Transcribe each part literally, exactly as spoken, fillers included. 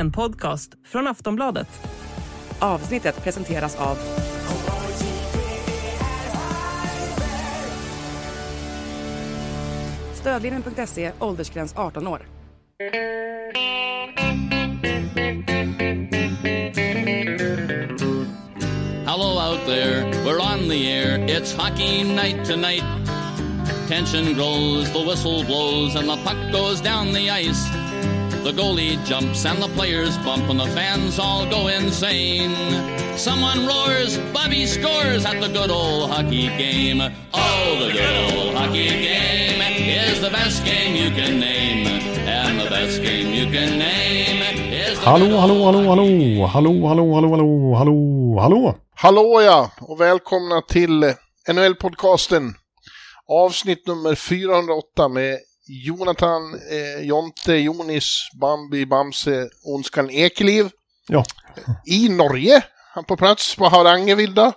en podcast från Aftonbladet. Avsnittet presenteras av Stödlinjen punkt se, åldersgräns arton år. Hello out there, we're on the air, it's hockey night tonight. Tension grows, the whistle blows, and the puck goes down the ice. The goalie jumps and the players bump and the fans all go insane. Someone roars, Bobby scores at the good old hockey game. Oh, the good old hockey game is the best game you can name. And the best game you can name is the Hallå, hallå, hallå, hallå, hallå, hallå, hallå, hallå, hallå, hallå. Hallå ja, och välkomna till N H L-podcasten. Avsnitt nummer fyrahundraåtta med Jonathan, eh, Jonte, Jonis, Bambi, Bamse, Onskan Ekeliv. Ja. I Norge. Han på plats på Harangevidda.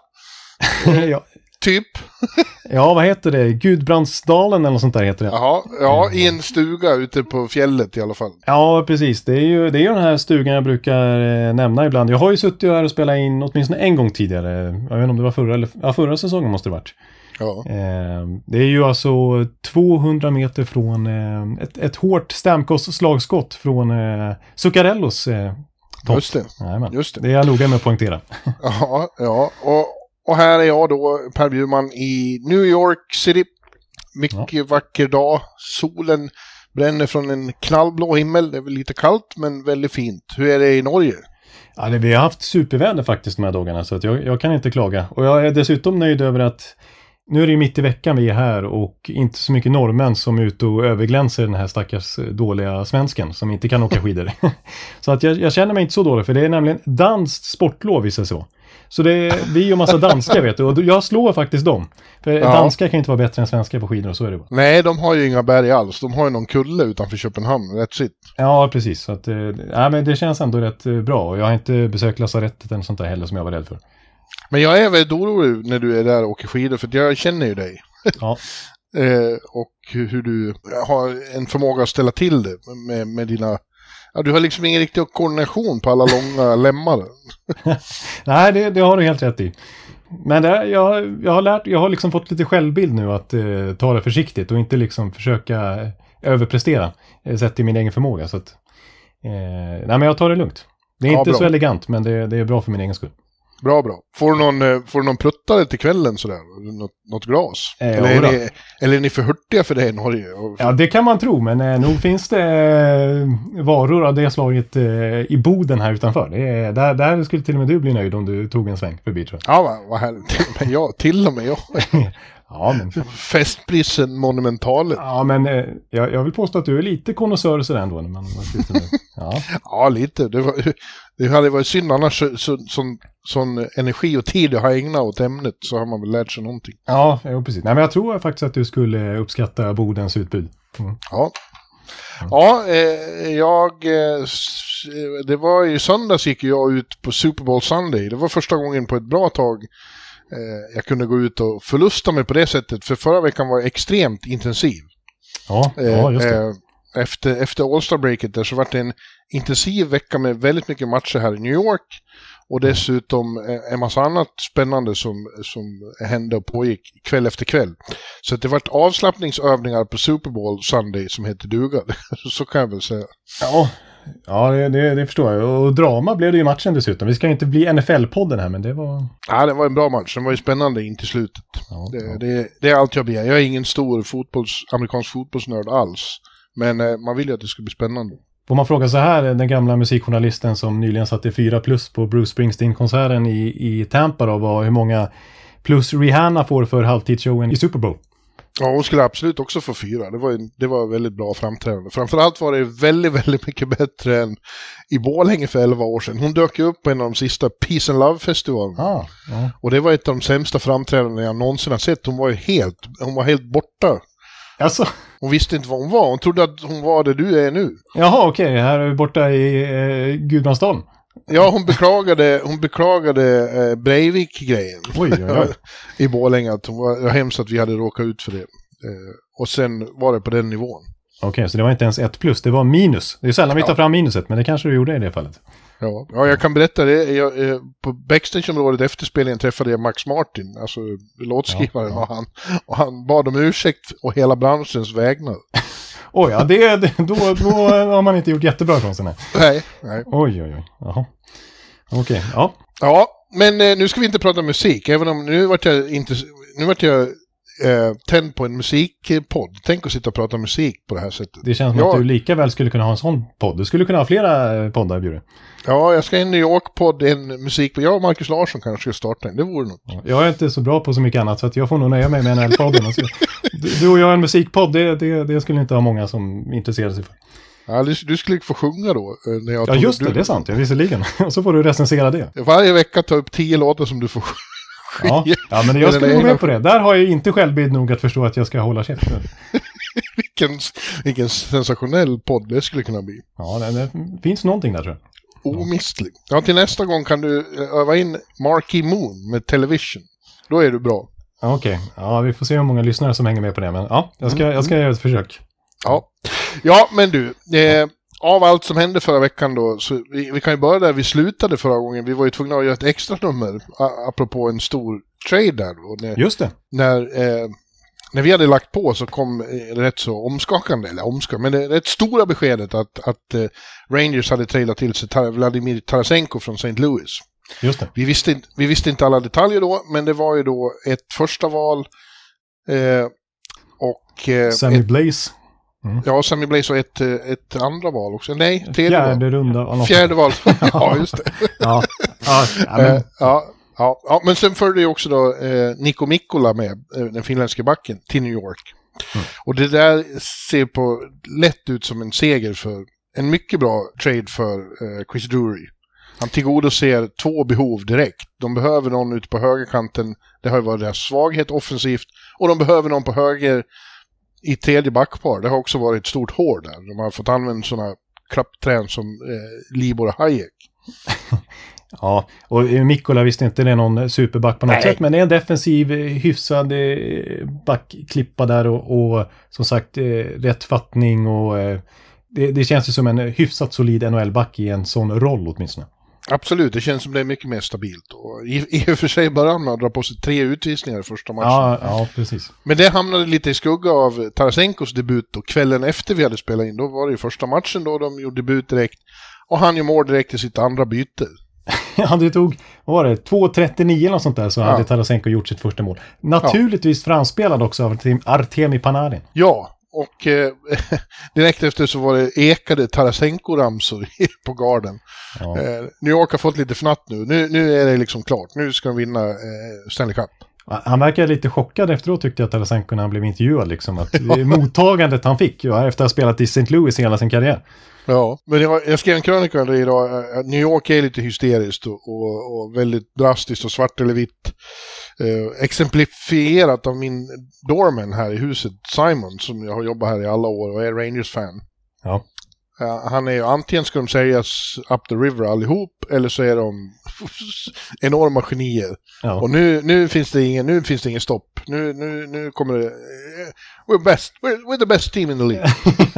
ja. Typ. ja, vad heter det? Gudbrandsdalen eller något sånt där heter det. Jaha, ja, i en stuga ute på fjället i alla fall. Ja, precis. Det är ju, det är ju den här stugan jag brukar eh, nämna ibland. Jag har ju suttit här och spelat in åtminstone en gång tidigare. Jag vet inte om det var förra, eller, ja, förra säsongen måste det varit. Ja. Eh, det är ju alltså tvåhundra meter från eh, ett, ett hårt Stamkos-slagskott från eh, Zuccarellos eh, topp. Just det. Jajamän. Just det. Det är jag noga med att poängtera. ja, ja. Och, och här är jag då, Per Bjurman i New York City. Mycket ja. Vacker dag. Solen bränner från en knallblå himmel. Det är väl lite kallt men väldigt fint. Hur är det i Norge? Ja, det, vi har haft superväder faktiskt de här dagarna så att jag, jag kan inte klaga. Och jag är dessutom nöjd över att nu är det ju mitt i veckan vi är här och inte så mycket norrmän som är ute och överglänser den här stackars dåliga svensken som inte kan åka skidor. så att jag, jag känner mig inte så dålig för det är nämligen danskt sportlov visar så. Så det är vi och massa danskar vet du och jag slår faktiskt dem. För ja. Danskar kan inte vara bättre än svenskar på skidor och så är det bara. Nej, de har ju inga berg alls. De har ju någon kulle utanför Köpenhamn, rätt sitt. Ja, precis. Så att, ja, men det känns ändå rätt bra och jag har inte besökt lasarettet eller sånt där heller som jag var rädd för. Men jag är väldigt orolig när du är där och åker skidor för jag känner ju dig. Ja. eh, och hur du har en förmåga att ställa till det med, med dina... Ja, du har liksom ingen riktig koordination på alla långa lemmar. Nej, det, det har du helt rätt i. Men det, jag, jag har lärt, jag har liksom fått lite självbild nu att eh, ta det försiktigt och inte liksom försöka överprestera eh, sett till min egen förmåga. Så att, eh, nej, men jag tar det lugnt. Det är ja, inte bra. Så elegant, men det, det är bra för min egen skull. Bra, bra. Får du någon, får du någon pruttare till kvällen sådär? Något, något glas? Eh, eller, är ni, eller är ni för hurtiga för det i Norge? Ja, det kan man tro, men eh, nog finns det eh, varor av det slaget eh, i boden här utanför. Det är, där, där skulle till och med du bli nöjd om du tog en sväng förbi, tror jag. Ja, vad, vad härligt. Men jag, till och med jag. ja, men... Festprisen monumentalet. Ja, men eh, jag, jag vill påstå att du är lite konnässör sådär ändå. När man, man sitter med. Ja. ja, lite. Det, var, det hade varit synd annars så, så, sån, sån energi och tid jag har ägnat åt ämnet så har man väl lärt sig någonting. Ja, ja precis. Nej, men jag tror faktiskt att du skulle uppskatta Bodens utbud. Mm. Ja. Ja, eh, jag... Eh, det var i söndags gick jag ut på Super Bowl Sunday. Det var första gången på ett bra tag eh, jag kunde gå ut och förlusta mig på det sättet. För förra veckan var extremt intensiv. Ja, ja just det. Eh, efter, efter All-Star-breaket där så var det en intensiv vecka med väldigt mycket matcher här i New York. Och dessutom en massa annat spännande som, som hände och pågick kväll efter kväll. Så det var avslappningsövningar på Super Bowl Sunday som heter duga. Så kan jag väl säga. Ja, ja det, det, det förstår jag. Och drama blev det ju i matchen dessutom. Vi ska inte bli N F L-podden här, men det var... Ja, det var en bra match. Den var ju spännande in till slutet. Ja, det, ja. Det, det är allt jag begär. Jag är ingen stor fotbolls, amerikansk fotbollsnörd alls. Men eh, man vill ju att det ska bli spännande. Får man fråga så här, den gamla musikjournalisten som nyligen satte fyra plus på Bruce Springsteen-konserten i, i Tampa då, var hur många plus Rihanna får för halvtidsshowen i Super Bowl? Ja, hon skulle absolut också få fyra. Det var, en, det var väldigt bra framträdande. Framförallt var det väldigt, väldigt mycket bättre än i Borlänge för elva år sedan. Hon dök upp på en av de sista Peace and Love-festivalen. Ah, ja. Och det var ett av de sämsta framträdanden jag någonsin har sett. Hon var ju helt, hon var helt borta. Alltså. Hon visste inte vad hon var. Hon trodde att hon var det du är nu. Jaha, okej. Okay. Här är vi borta i eh, Gudbrandsdalen. Ja, hon beklagade, hon beklagade eh, Breivik-grejen. Oj, oj, oj. I Borlänge. Att hon var hemskt att vi hade råkat ut för det. Eh, och sen var det på den nivån. Okej, okay, så det var inte ens ett plus, det var minus. Det är sällan vi tar fram minuset, men det kanske du gjorde i det fallet. Ja, ja jag kan berätta det. Jag, på backstage-området efter spelningen träffade jag Max Martin, alltså låtskrivaren, ja, ja. Och, han, och han bad om ursäkt och hela branschens vägnar. Oj, ja, det, det, då, då har man inte gjort jättebra från sig. Nej, nej. Oj, oj, oj. Jaha. Okej, okay, ja. Ja, men eh, nu ska vi inte prata musik, även om nu vart jag inte... Nu vart jag... Eh, tänd på en musikpodd. Tänk att sitta och prata musik på det här sättet. Det känns som ja. att du lika väl skulle kunna ha en sån podd. Du skulle kunna ha flera poddar, Bjure. Ja, jag ska in i New York-podd, en musik. Jag och Marcus Larsson kanske ska starta en. Det vore något. Ja, jag är inte så bra på så mycket annat, så att jag får nog nöja mig med en L-podden. Alltså, du, du och jag en musikpodd, det, det, det skulle inte ha många som intresserar sig för. Ja, du, du skulle få sjunga då. När jag ja, just det. Du... Det är sant. Jag visserligen. Och så får du recensera det. Varje vecka ta upp tio låtar som du får Ja, ja, men jag skulle gå med på det. Där har jag inte självbild nog att förstå att jag ska hålla käften. vilken, vilken sensationell podd det skulle kunna bli. Ja, det, det finns någonting där, tror jag. Omistlig. Ja, till nästa gång kan du öva in Marquee Moon med Television. Då är du bra. Ja, okej. Okay. Ja, vi får se hur många lyssnare som hänger med på det. Men ja, jag ska, jag ska göra ett försök. Ja, ja men du... Eh, av allt som hände förra veckan då, så vi, vi kan ju börja där vi slutade förra gången. Vi var ju tvungna att göra ett extra nummer a, apropå en stor trade där då. När, Just det. När, eh, när vi hade lagt på så kom eh, rätt så omskakande, eller omskakande, men det rätt stora beskedet att, att eh, Rangers hade tradat till sig Tar- Vladimir Tarasenko från Saint Louis. Just det. Vi visste, vi visste inte alla detaljer då, men det var ju då ett första val eh, och... Eh, Sammy ett, Blaze. Mm. Ja, Sammy Blaze och ett, ett andra val också. Nej, tredje Fjärde val. runda. Fjärde val. Ja, just det. ja. Ja, ja, men... Uh, ja, ja, ja, men sen följde ju också då eh, Niko Mikkola med, eh, den finländska backen, till New York. Mm. Och det där ser på lätt ut som en seger för en mycket bra trade för eh, Chris Drury. Han tillgodoser två behov direkt. De behöver någon ute på högerkanten. Det har ju varit deras svaghet offensivt. Och de behöver någon på höger i tredje backpar. Det har också varit ett stort hår där. De har fått använda sådana klappträn som eh, Libor Hayek. Ja, och Mikkola visste inte det är någon superback på något Nej. sätt, men det är en defensiv, hyfsad backklippa där och, och som sagt rätt fattning och det, det känns ju som en hyfsat solid N H L-back i en sån roll åtminstone. Absolut, det känns som det är mycket mer stabilt. Och i, i och för sig började man dra på sig tre utvisningar i första matchen. Ja, ja, precis. Men det hamnade lite i skugga av Tarasenkos debut och kvällen efter vi hade spelat in. Då var det ju första matchen då de gjorde debut direkt. Och han gjorde mål direkt i sitt andra byte. Ja, det tog, vad var det, två trettionio eller sånt där så ja. hade Tarasenko gjort sitt första mål. Naturligtvis ja. framspelad också av Artemi Panarin. Ja, och eh, direkt efter så var det ekade Tarasenko-ramsor på garden. Ja. Eh, New York har fått lite fnatt nu. nu. Nu är det liksom klart. Nu ska de vinna eh, Stanley Cup. Han verkar lite chockad efteråt tyckte jag Tarasenko när han blev intervjuad. Liksom, att ja. mottagandet han fick ja, efter att ha spelat i Saint Louis hela sin karriär. Ja, men jag, jag skrev en krönika idag. New York är lite hysteriskt och, och, och väldigt drastiskt och svart eller vitt. Eh, exemplifierat av min doorman här i huset, Simon, som jag har jobbat här i alla år och är Rangers-fan. Ja. Uh, han är ju, antingen ska de sägas up the river allihop, eller så är de enorma genier. Ja. Och nu, nu, finns det ingen, nu finns det ingen stopp. Nu, nu, nu kommer det... Uh, we're best. We're, we're the best team in the league.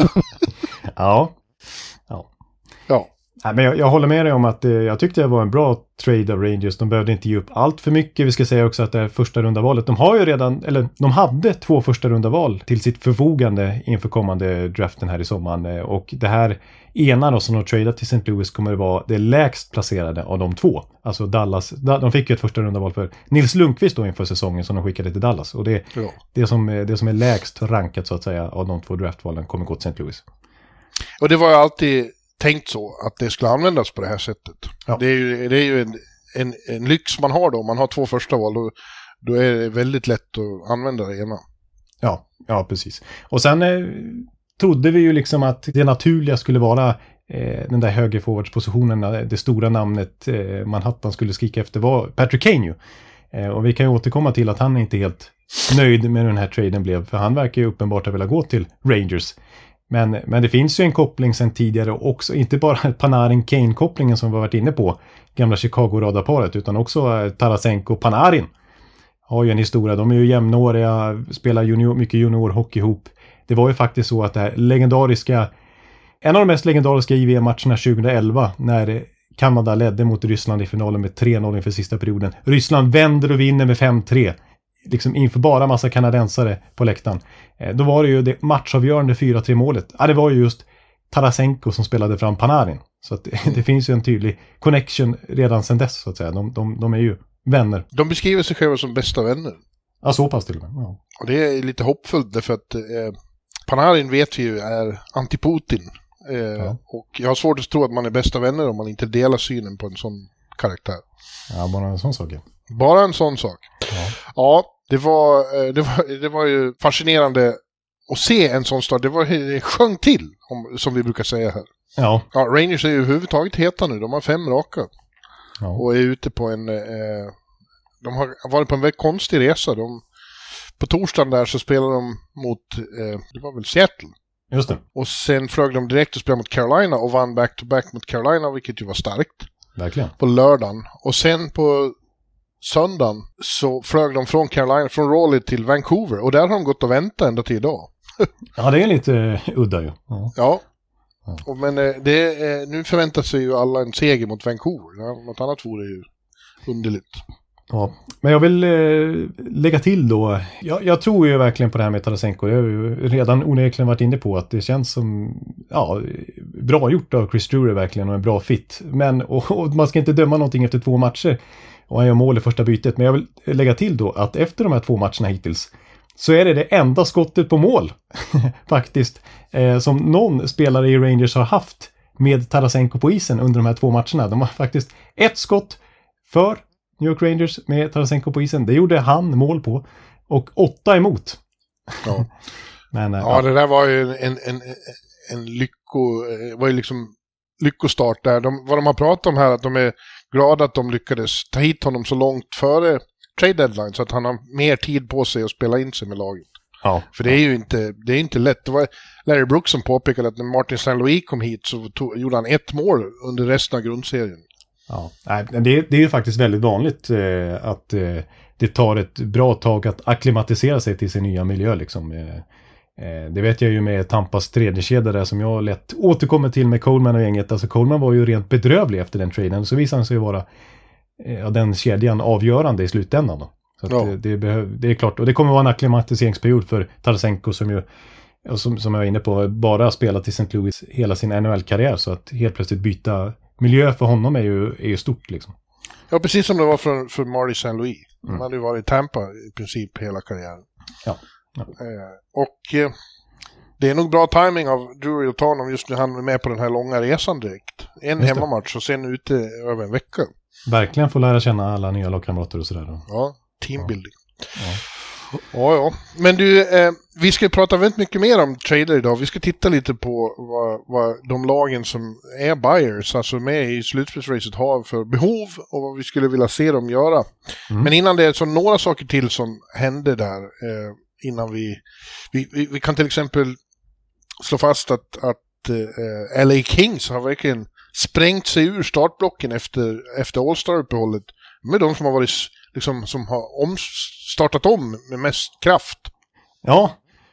ja. Ja. Ja. Nej, men jag, jag håller med dig om att eh, jag tyckte det var en bra trade av Rangers. De behövde inte ge upp allt för mycket. Vi ska säga också att det är första runda valet. De har ju redan, eller de hade två första runda val till sitt förfogande inför kommande draften här i sommaren. Och det här ena då som de tradat till Saint Louis kommer att vara det lägst placerade av de två. Alltså Dallas, de fick ju ett första runda val för Nils Lundqvist då inför säsongen som de skickade till Dallas. Och det, ja. det, som, det som är lägst rankat så att säga av de två draftvalen kommer gå till Saint Louis. Och det var ju alltid tänkt så att det skulle användas på det här sättet. Ja. Det är ju, det är ju en, en, en lyx man har då. Om man har två första val då, då är det väldigt lätt att använda det ena. Ja, ja precis. Och sen eh, trodde vi ju liksom att det naturliga skulle vara eh, den där högerforwardspositionen, det stora namnet eh, Manhattan skulle skrika efter var Patrick Kane ju. Eh, och vi kan ju återkomma till att han inte är helt nöjd med den här traden blev. För han verkar ju uppenbart att vilja gå till Rangers. Men, men det finns ju en koppling sedan tidigare också, inte bara Panarin-Kane-kopplingen som vi har varit inne på, gamla Chicago-radarparet, utan också Tarasenko och Panarin har ju en historia. De är ju jämnåriga, spelar junior, mycket juniorhockey ihop. det var ju faktiskt så att det här legendariska, en av de mest legendariska I V M-matcherna tjugoelva, när Kanada ledde mot Ryssland i finalen med tre noll inför sista perioden. Ryssland vänder och vinner med fem tre. Liksom inför bara massa kanadensare på läktaren. Eh, då var det ju det matchavgörande fyra tre målet. Ja, det var ju just Tarasenko som spelade fram Panarin. Så att det, det finns ju en tydlig connection redan sedan dess, så att säga. De, de, de är ju vänner. De beskriver sig själva som bästa vänner. Ja, så pass till och med. Ja. Och det är lite hoppfullt därför att eh, Panarin vet vi ju är anti-Putin. Eh, ja. Och jag har svårt att tro att man är bästa vänner om man inte delar synen på en sån karaktär. Ja, bara en sån sak. Ja. Bara en sån sak. Ja, ja det, var, eh, det, var, det var ju fascinerande att se en sån start. Det var det sjöng till, om, som vi brukar säga här. Ja. Ja, Rangers är ju överhuvudtaget heta nu. De har fem raka. Ja. Och är ute på en... Eh, de har varit på en väldigt konstig resa. De, på torsdagen där så spelade de mot... Eh, det var väl Seattle. Just det. Och sen flög de direkt och spelade mot Carolina och vann back-to-back mot Carolina, vilket ju var starkt. Verkligen. På lördagen. Och sen på söndagen så flög de från Carolina, från Raleigh till Vancouver. Och där har de gått och väntat ända till idag. Ja, det är lite uh, udda ju. Ja. Ja. Ja. Men det, nu förväntar sig ju alla en seger mot Vancouver. Ja, något annat vore ju underligt. Ja, men jag vill eh, lägga till då. Jag, jag tror ju verkligen på det här med Tarasenko. Jag har ju redan onekligen varit inne på att det känns som ja, bra gjort av Chris Drury verkligen och en bra fit. Men och, och man ska inte döma någonting efter två matcher och han gör mål i första bytet. Men jag vill lägga till då att efter de här två matcherna hittills så är det det enda skottet på mål faktiskt eh, som någon spelare i Rangers har haft med Tarasenko på isen under de här två matcherna. De har faktiskt ett skott för New York Rangers med Tarasenko på isen. Det gjorde han mål på. Och åtta emot. Ja, Men, ja, ja, det där var ju en, en, en lycko, var ju liksom lyckostart där. De, vad de har pratat om här, att de är glada att de lyckades ta hit honom så långt före trade deadline så att han har mer tid på sig att spela in sig med laget. ja, För det är ju inte, det är inte lätt. Det var Larry Brooks som påpekade att när Martin Saint Louis kom hit så tog, gjorde han ett mål under resten av grundserien. Ja, nej, det, det är ju faktiskt väldigt vanligt eh, att eh, det tar ett bra tag att akklimatisera sig till sin nya miljö liksom. Eh, eh, det vet jag ju med Tampas tredje kedja där som jag lätt återkommer till med Coleman och gänget. Alltså Coleman var ju rent bedrövlig efter den traden, så visade han sig vara eh, den kedjan avgörande i slutändan då. Så att, Ja. eh, det, behöv, det är klart, och det kommer vara en akklimatiseringsperiod för Tarasenko som ju som, som jag var inne på, bara spelat i Saint Louis hela sin N H L-karriär, så att helt plötsligt byta miljö för honom är ju, är ju stort liksom. Ja, precis som det var för, för Marty Saint Louis. Han Mm. hade ju varit i Tampa i princip hela karriären. Ja. Ja. Eh, och eh, det är nog bra timing av Drury att ta honom just nu. Han är med på den här långa resan direkt. En Just det. hemmamatch och sen ute över en vecka. Verkligen få lära känna alla nya lagkamrater och sådär då. Ja, teambuilding. Ja. Ja, ja. Men du, eh, vi ska prata väldigt mycket mer om trader idag. Vi ska titta lite på vad, vad de lagen som är buyers, alltså med i slutspelsracet, har för behov och vad vi skulle vilja se dem göra. Mm. Men innan det är så några saker till som hände där. Eh, innan vi, vi, vi... Vi kan till exempel slå fast att, att eh, L A Kings har verkligen sprängt sig ur startblocken efter, efter All-Star-uppehållet. Med de som har varit liksom, som har om, startat om med mest kraft. Ja,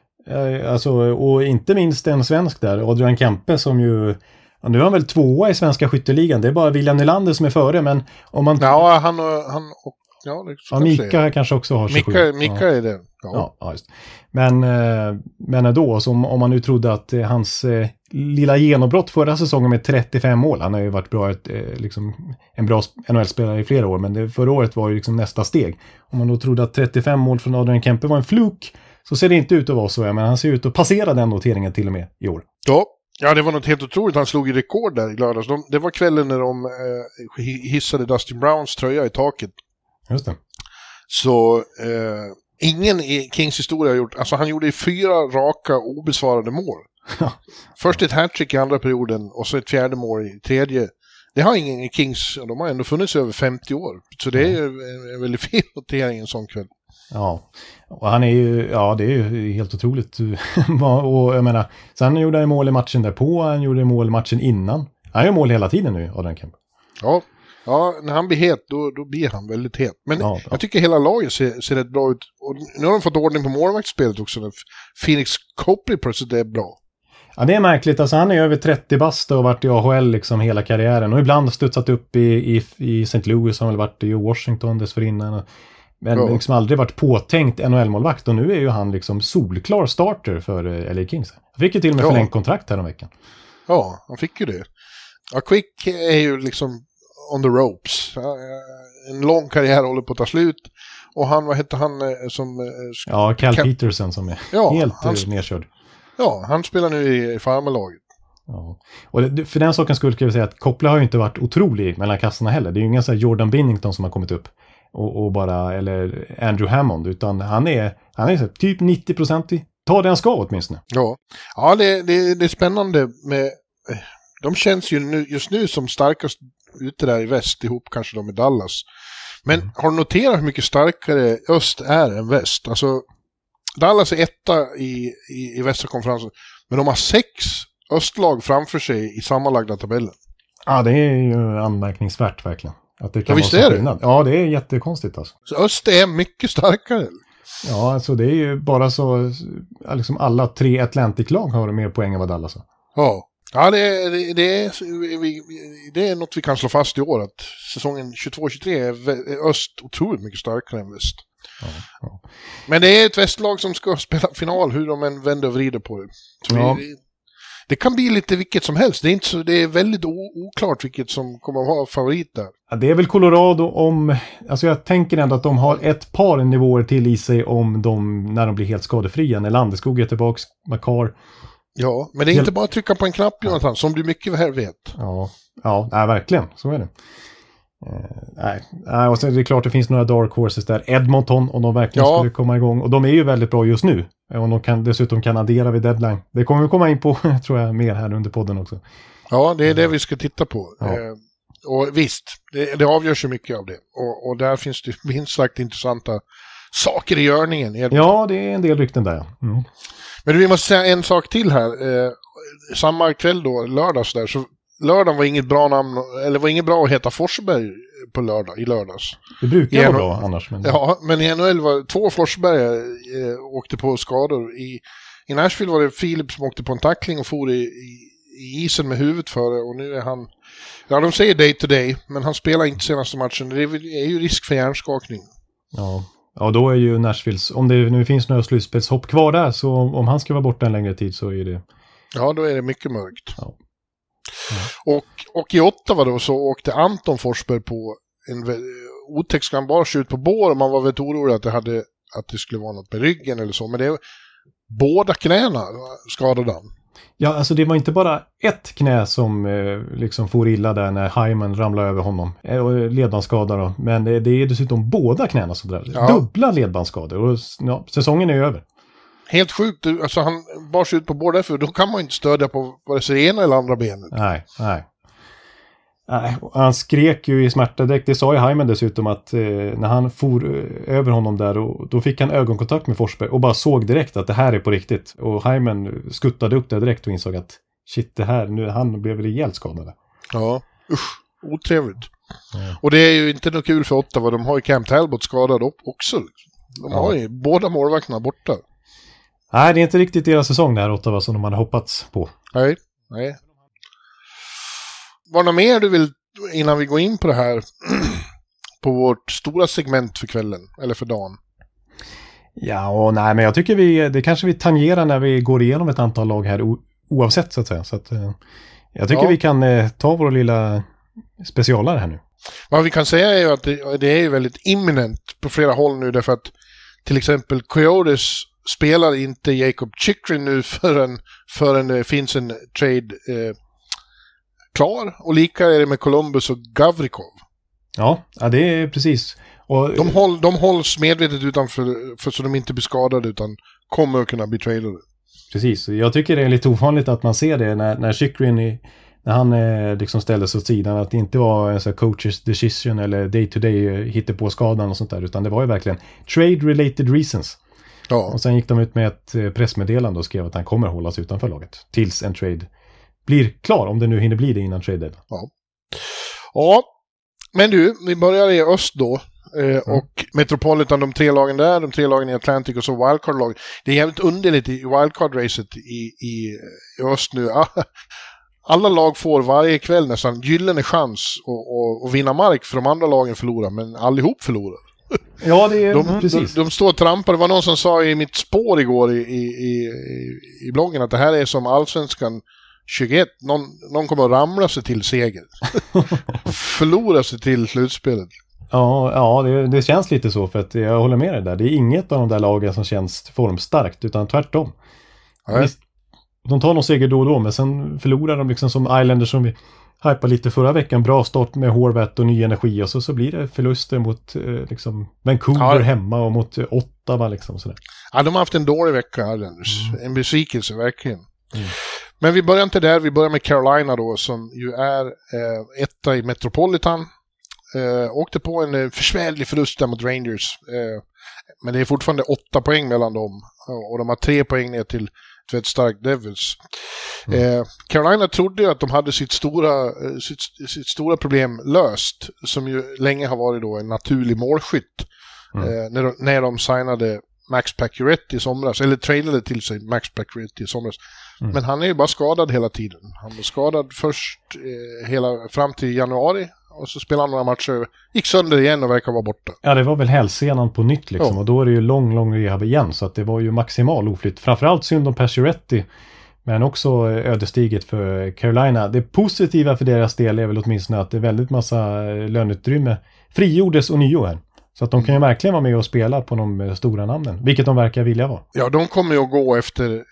eh, alltså, och inte minst en svensk där, Adrian Kempe, som ju, ja, nu är han väl tvåa i svenska skytteligan. Det är bara William Nylander som är före, men om man... Ja, han och... Han och ja, det ja, Mika kanske också har tjugosju. Mika, Mika ja. är det. Ja. Ja, ja just. Men, eh, men då, så om, om man nu trodde att eh, hans eh, lilla genombrott förra säsongen med trettiofem mål, han har ju varit bra, ett, eh, liksom, en bra N H L-spelare i flera år, men det, förra året var ju liksom nästa steg. Om man då trodde att trettiofem mål från Adrian Kempe var en fluk, så ser det inte ut att vara så, men han ser ut att passera den noteringen till och med i år. Ja. Ja, det var något helt otroligt. Han slog ju rekord där i lördags. De, det var kvällen när de eh, hissade Dustin Browns tröja i taket. Just det. Så eh, ingen i Kings historia har gjort... Alltså han gjorde fyra raka obesvarade mål. Först ett hattrick i andra perioden och så ett fjärde mål i tredje. Det har ingen i Kings, och de har ändå funnits i över femtio år. Så det är ju en, en väldigt fin notering en sån kväll. Ja, och han är ju, ja det är ju helt otroligt. Och jag menar, sen gjorde han mål i matchen därpå, han gjorde mål i matchen innan. Han gör mål hela tiden nu, Adrian Kempe. Ja, Ja, när han blir het, då, då blir han väldigt het. Men ja, ja. jag tycker hela laget ser, ser rätt bra ut. Och nu har de fått ordning på målvaktsspelet också. När Phoenix Copley plötsligt är bra. Ja, det är märkligt. Alltså, han är över trettio bast och har varit i A H L liksom hela karriären. Och ibland studsat upp i, i, i Saint Louis, har väl varit i Washington dessförinnan. Men ja. liksom aldrig varit påtänkt N H L-målvakt. Och nu är ju han liksom solklar starter för L A Kings. Han fick ju till och med ja. förlängt kontrakt här om veckan. Ja, han fick ju det. Ja, Quick är ju liksom on the ropes. En lång karriär håller på att ta slut. Och han, vad heter han som... Ja, Cal Cap- Peterson som är ja, helt han, nedkörd. Ja, han spelar nu i farmerlaget. Ja. Och det, för den saken skulle jag säga att Copley har ju inte varit otrolig mellan kassorna heller. Det är ju ingen sån här Jordan Binnington som har kommit upp. Och, och bara, eller Andrew Hammond. Utan han är, han är så, typ nittio procent i. Ta det han ska åtminstone. Ja, ja det, det, det är spännande med... De känns ju nu, just nu som starkast ute där i väst, ihop kanske de med Dallas. Men mm. har du noterat hur mycket starkare öst är än väst? Alltså, Dallas är etta i, i, i västra konferensen, men de har sex östlag framför sig i sammanlagda tabellen. Ja, det är ju anmärkningsvärt verkligen. Att det kan ja, vara så skillnad. Ja, det är jättekonstigt alltså. Så öst är mycket starkare. Ja, alltså det är ju bara så, liksom alla tre Atlantic-lag har mer poäng än vad Dallas har. Ja. Ja, det, det, det, är, det är något vi kan slå fast i år, att säsongen tjugotvå tjugotre är öst otroligt mycket starkare än väst. Ja, ja. Men det är ett västlag som ska spela final, hur de än vänder och vrider på det. Ja. det. Det kan bli lite vilket som helst. Det är, inte så, det är väldigt oklart vilket som kommer att vara favorit där. Ja, det är väl Colorado om... Alltså jag tänker ändå att de har ett par nivåer till i sig om de, när de blir helt skadefria. När Landeskog är tillbaka, Makar... Ja, men det är inte bara att trycka på en knapp, Jonathan, som du mycket väl vet. Ja, ja nej, verkligen. Så är det. Eh, nej. nej, och sen är det klart att det finns några dark horses där. Edmonton, om de verkligen ja. skulle komma igång. Och de är ju väldigt bra just nu. Och de kan dessutom kan addera vid deadline. Det kommer vi komma in på, tror jag, mer här under podden också. Ja, det är det vi ska titta på. Ja. Eh, och visst, det, det avgörs ju mycket av det. Och, och där finns det minst sagt intressanta saker i görningen. Ja, det är en del rykten där. Mm. Men vi måste säga en sak till här. Eh, samma kväll då, lördags där, så lördagen var inget bra namn, eller var inget bra att heta Forsberg på lördag, i lördags. Det brukar vara bra annars. Men... Ja, men i N H L var två Forsberg eh, åkte på skador. I, I Nashville var det Filip som åkte på en tackling och for i, i, i isen med huvudet före, och nu är han, ja de säger day to day, men han spelar inte senaste matchen. Det är, är ju risk för hjärnskakning. Ja. Ja, då är ju Nashvilles, om det nu finns några slutspelshopp kvar där, så om han ska vara borta en längre tid så är det... Ja, då är det mycket mörkt. Ja. Ja. Och, och i Ottawa då så åkte Anton Forsberg på en otäck skambars ut på bår, och man var väldigt orolig att det, hade, att det skulle vara något med ryggen eller så, men det är båda knäna skadade han. Ja, alltså det var inte bara ett knä som eh, liksom for illa där när Hyman ramlade över honom. Eh, ledbandsskada då. Men det, det är dessutom båda knäna som drabbade. Ja. Dubbla ledbandsskador. Och ja, säsongen är över. Helt sjukt. Alltså han bars ut på båda, för då kan man inte stödja på vare sig ena eller andra benet. Nej, nej. nej. Han skrek ju i smärta direkt. Det sa ju Hyman dessutom att eh, när han for över honom där, och, då fick han ögonkontakt med Forsberg och bara såg direkt att det här är på riktigt. Och Hyman skuttade upp det direkt och insåg att shit, det här, nu, han blev rejält skadad. Ja, usch, otrevligt. Ja. Och det är ju inte något kul för Ottawa. De har ju Cam Talbot skadad också. De ja. har ju båda målvakterna borta. Nej, det är inte riktigt deras säsong där, Ottawa, som de hade hoppats på. Nej, nej. Var det något mer du vill, innan vi går in på det här, på vårt stora segment för kvällen, eller för dagen? Ja, och nej, men jag tycker vi, det kanske vi tangerar när vi går igenom ett antal lag här, o, oavsett så att säga. Så att, eh, jag tycker ja. vi kan eh, ta vår lilla specialare här nu. Vad vi kan säga är ju att det, det är väldigt imminent på flera håll nu, därför att till exempel Coyotes spelar inte Jacob Chychrun nu förrän, förrän det finns en trade eh, klar. Och lika är det med Columbus och Gavrikov. Ja, ja det är precis. Och, de, håll, de hålls medvetet utanför, för så de inte blir skadade, utan kommer att kunna bli tradade. Precis, jag tycker det är lite ovanligt att man ser det när, när Chychrun i, när han eh, liksom ställdes åt sidan, att det inte var en sån här coaches decision eller day to day hittar på skadan och sånt där, utan det var ju verkligen trade related reasons. Ja. Och sen gick de ut med ett pressmeddelande och skrev att han kommer hållas utanför laget tills en trade blir klar, om det nu hinner bli det innan trade. Ja. Ja, Men du, vi börjar i öst då. Eh, mm. Och Metropolitan, de tre lagen där, de tre lagen i Atlantic och så wildcard-lag. Det är jävligt underligt i wildcard-racet i, i, i öst nu. Alla lag får varje kväll nästan gyllene chans att, att, att vinna mark för de andra lagen förlorar, men allihop förlorar. Ja, det är de, precis. De, de står och trampar. Det var någon som sa i mitt spår igår i, i, i, i bloggen att det här är som Allsvenskan tjugoett. Någon, någon kommer att ramla sig till seger. Förlora sig till slutspelet. Ja, ja det, det känns lite så, för att jag håller med dig där. Det är inget av de där lagen som känns formstarkt, utan tvärtom. Visst, de tar någon seger då och då, men sen förlorar de liksom som Islanders som vi hypade lite förra veckan. Bra start med Horvat och ny energi, och så, så blir det förluster mot eh, liksom Vancouver ja. hemma och mot eh, Ottawa liksom sådär. Ja, de har haft en dålig vecka, Islanders. Mm. En besvikelse, verkligen. Mm. Men vi börjar inte där, vi börjar med Carolina då, som ju är eh, etta i Metropolitan. Eh, åkte på en eh, försvärlig förlust där mot Rangers. Eh, men det är fortfarande åtta poäng mellan dem. Och de har tre poäng ner till ett starkt Devils. Mm. Eh, Carolina trodde ju att de hade sitt stora, sitt, sitt stora problem löst, som ju länge har varit då en naturlig målskytt. Mm. Eh, när, de, när de signade Max Pacioretty i somras, eller tradade till sig Max Pacioretty i somras. Mm. Men han är ju bara skadad hela tiden. Han var skadad först eh, hela, fram till januari. Och så spelade han några matcher, gick sönder igen och verkar vara borta. Ja, det var väl hälsenan på nytt liksom. Ja. Och då är det ju lång, lång rehab igen. Så att det var ju maximal oflytt. Framförallt synd om Pacioretty, men också ödesdigert för Carolina. Det positiva för deras del är väl åtminstone att det är väldigt massa löneutrymme frigjordes och nio här. Så att de kan ju verkligen vara med och spela på de stora namnen. Vilket de verkar vilja vara. Ja, de kommer ju att gå efter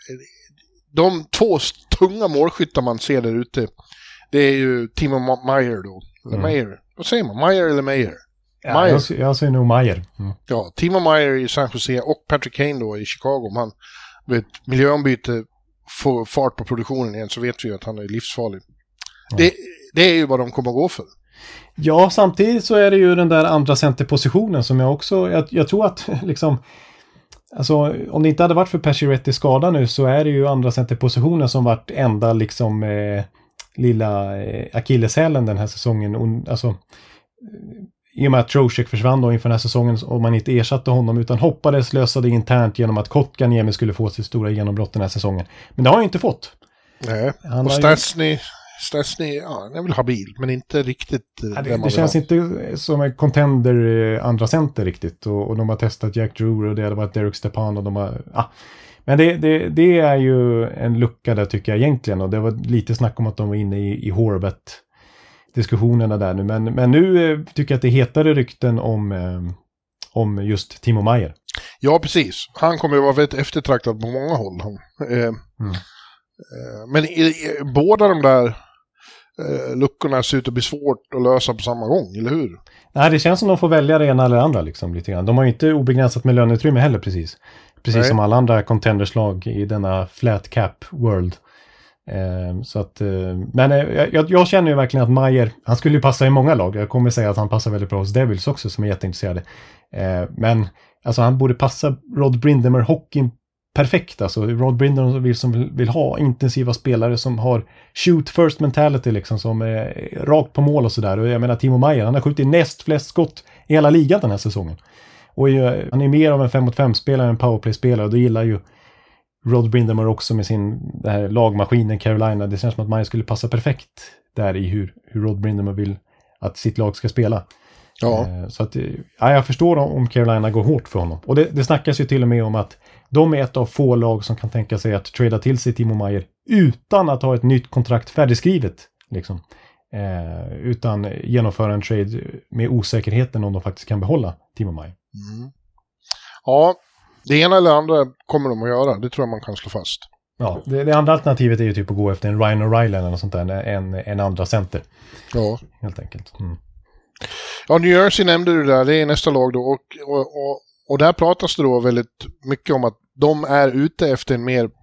de två tunga målskyttar man ser där ute. Det är ju Timo Meier då. Eller mm. Meier. Vad säger man? Meier eller Meier? Ja, Meier. Jag, jag säger nog Meier. Mm. Ja, Timo Meier i San Jose och Patrick Kane då i Chicago. Om han vet, miljöombyte får fart på produktionen igen, så vet vi ju att han är livsfarlig. Ja. Det, det är ju vad de kommer att gå för. Ja, samtidigt så är det ju den där andra centerpositionen som jag också, jag, jag tror att liksom, alltså om det inte hade varit för Pacioretty skada nu, så är det ju andra centerpositionen som varit enda liksom eh, lilla eh, akilleshälen den här säsongen. Och, alltså, eh, i och med att Trocheck försvann då inför den här säsongen, och man inte ersatte honom utan hoppades lösa det internt genom att Kotkaniemi skulle få sitt stora genombrott den här säsongen. Men det har han ju inte fått. Nej, han och Stastny Stastny, ja, han är väl habil, men inte riktigt. Ja, det det känns ha. inte som en contender andra center riktigt. Och, och de har testat Jack Drew och det har varit Derek Stepan och de har... Ah. Men det, det, det är ju en lucka där tycker jag egentligen. Och det var lite snack om att de var inne i, i Horvat-diskussionerna där nu. Men, men nu eh, tycker jag att det är hetare rykten om, eh, om just Timo Meier. Ja, precis. Han kommer ju vara väldigt eftertraktad på många håll. Han, eh, mm. eh, men i, i, båda de där eh, luckorna ser ut att bli svårt att lösa på samma gång, eller hur? Nej, det känns som de får välja det ena eller andra liksom, lite grann. De har ju inte obegränsat med löneutrymme heller precis. Precis Nej. som alla andra contenderslag i denna flat cap world. Eh, så att, eh, men eh, jag, jag känner ju verkligen att Meier, han skulle ju passa i många lag. Jag kommer säga att han passar väldigt bra hos Devils också, som är jätteintresserade. Eh, men alltså han borde passa Rod Brind'Amour hockeyn perfekt. Alltså Rod Brind'Amour vill, som vill, vill ha intensiva spelare som har shoot first mentality liksom, som är rakt på mål och sådär. Och jag menar Timo Meier, han har skjutit näst flest skott i hela ligan den här säsongen. Och ju, han är mer av en fem mot fem-spelare än en powerplay-spelare, och då gillar ju Rod Brind'Amour också med sin det här lagmaskinen Carolina. Det känns som att Meier skulle passa perfekt där i hur, hur Rod Brind'Amour vill att sitt lag ska spela. Ja. Eh, så att, ja, jag förstår om Carolina går hårt för honom. Och det, det snackas ju till och med om att de är ett av få lag som kan tänka sig att trada till sig Timo Meier utan att ha ett nytt kontrakt färdigskrivet. Liksom. Eh, utan genomföra en trade med osäkerheten om de faktiskt kan behålla Timo Meier. Mm. Ja, det ena eller andra kommer de att göra. Det tror jag man kan slå fast. Ja, det, det andra alternativet är ju typ att gå efter en Ryan O'Reilly eller något sånt där. En, en andra center. Ja. Helt enkelt. Mm. Ja, New Jersey nämnde du där. Det är nästa lag då. Och, och, och, och där pratas det då väldigt mycket om att de är ute efter en mer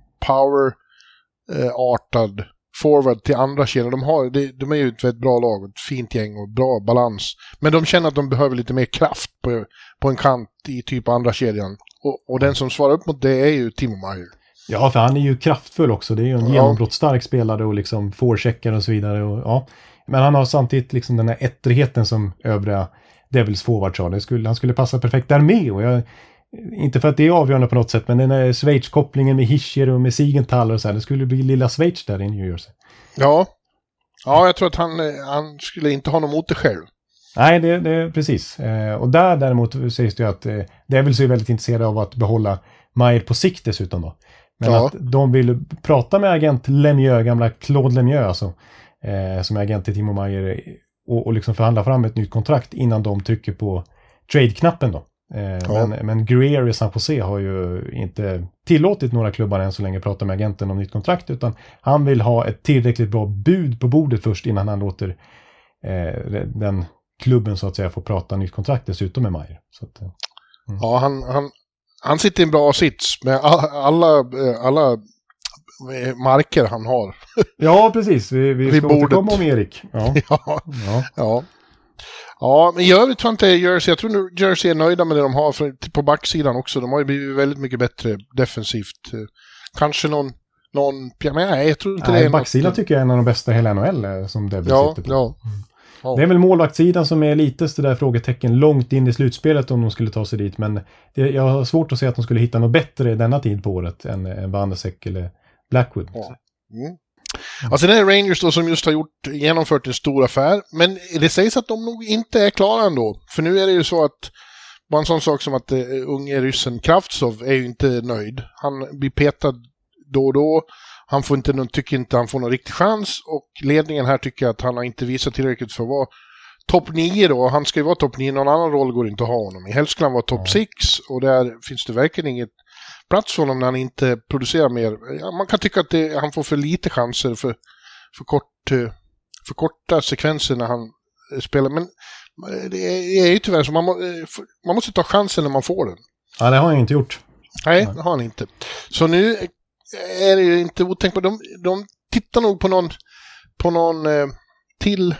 power-artad forward till andra kedjor. De, har, de, de är ju ett väldigt bra lag, ett fint gäng och bra balans. Men de känner att de behöver lite mer kraft på, på en kant i typ andra kedjan. Och, och den som svarar upp mot det är ju Timo Meier. Ja, för han är ju kraftfull också. Det är ju en ja. genombrottsstark spelare och liksom forecheckar och så vidare. Och, ja. Men han har samtidigt liksom den här ettrigheten som övriga Devils forwards har. Det skulle, han skulle passa perfekt där med. Och jag, inte för att det är avgörande på något sätt, men den här Schweiz-kopplingen med Hischier och med Siegenthaler och så här, det skulle bli lilla Schweiz där i New Jersey. Ja, ja jag tror att han, han skulle inte ha något mot det själv. Nej, det, det precis. Eh, och där däremot sägs det ju att eh, Devils är väldigt intresserade av att behålla Meier på sikt dessutom då. Men ja. Att de vill prata med agent Lemieux, gamla Claude Lemieux alltså, eh, som är agent till Timo Meier och, och liksom förhandla fram ett nytt kontrakt innan de trycker på trade-knappen då. Eh, ja. Men, men Greer i San Jose har ju inte tillåtit några klubbar än så länge prata med agenten om nytt kontrakt, utan han vill ha ett tillräckligt bra bud på bordet först innan han låter eh, den klubben så att säga få prata nytt kontrakt dessutom med Meier. Så att, mm. Ja, han, han, han sitter i en bra sits med alla, alla marker han har. Ja, precis. Vi, vi ska återkomma om Erik. Ja. ja. ja. ja. Ja, men i övrigt tror jag inte Jersey. Jag tror nu Jersey är nöjda med det de har för, på backsidan också. De har ju blivit väldigt mycket bättre defensivt. Kanske någon... någon ja, men nej, jag tror inte nej, det är backsidan något... tycker jag är en av de bästa i hela N H L som Devils ja, sitter på. Ja, mm. ja. Det är väl målvaktssidan som är lite så där frågetecken långt in i slutspelet om de skulle ta sig dit. Men det, jag har svårt att se att de skulle hitta något bättre denna tid på året än, än Vandesäck eller Blackwood. Ja. Mm. Alltså det är Rangers då som just har gjort, genomfört en stor affär. Men det sägs att de nog inte är klara ändå. För nu är det ju så att bara en sån sak som att uh, unge ryssen Kravtsov är ju inte nöjd. Han blir petad då och då. Han får inte, tycker inte han får någon riktig chans. Och ledningen här tycker att han har inte visat tillräckligt för att vara topp nio då. Han ska ju vara topp nio. Någon annan roll går inte att ha honom. I helst skulle han vara topp sex. Och där finns det verkligen inget plats för honom när han inte producerar mer. Ja, man kan tycka att det, han får för lite chanser för, för, kort, för korta sekvenser när han spelar. Men det är ju tyvärr så man, må, man måste ta chansen när man får den. Ja, det har han inte gjort. Nej, det har han inte. Så nu är det ju inte otänkbart. De, de tittar nog på någon, på någon eh, till...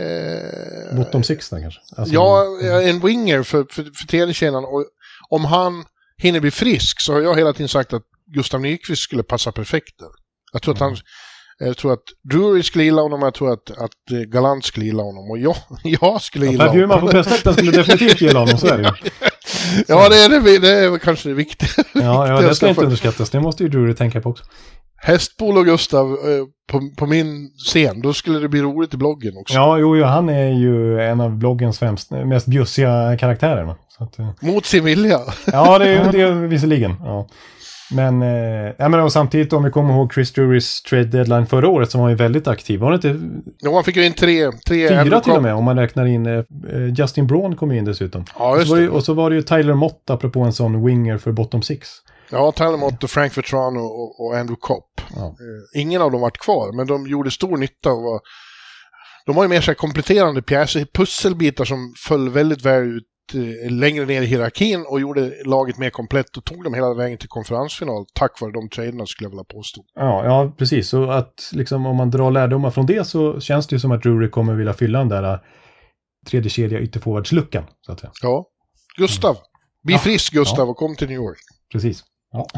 Eh, Bottom six där kanske? Alltså, ja, en winger för, för, för tredje kedjan. Och om han hinner bli frisk så har jag hela tiden sagt att Gustav Nyqvist skulle passa perfekt där. Jag tror mm. att han... Jag tror att Drury skulle gilla honom, jag tror att, att Galant skulle gilla honom. Och jag, jag skulle gilla ja, honom. Bjurman på pressläktaren skulle definitivt gilla honom, så är det ju. Ja, det är, det, det är kanske det viktiga. Ja, ja, det ska inte underskattas. Det måste ju Drury tänka på också. Hästbol och Gustav eh, på, på min scen, då skulle det bli roligt i bloggen också. Ja, jo, jo han är ju en av bloggens främst, mest bjussiga karaktärer. Så att, eh. Mot sin vilja. Ja, det är det visserligen. Ja. Men, eh, ja, men och samtidigt om vi kommer ihåg Chris Drurys trade deadline förra året som var ju väldigt aktiv. Var det inte? Ja, han fick ju in tre. tre fyra till och med om man räknar in. Eh, Justin Braun kom in dessutom. Ja, just och, så det. Ju, och så var det ju Tyler Mott apropå en sån winger för bottom six. Ja, Tyler Mott och Frank Vetrano och, och Andrew Kopp. Ja. Eh, ingen av dem varit kvar, men de gjorde stor nytta och var, de har ju mer så här kompletterande pjäser, pusselbitar som föll väldigt väl ut längre ner i hierarkin och gjorde laget mer komplett och tog dem hela vägen till konferensfinal tack vare de traderna skulle jag vilja påstå. Ja, ja precis. Så att liksom, om man drar lärdomar från det så känns det ju som att Drury kommer vilja fylla den där tredje kedja ytterforwardsluckan så att säga. Ja. Gustav. Mm. Bli ja. frisk Gustav ja. och kom till New York. Precis. Ja.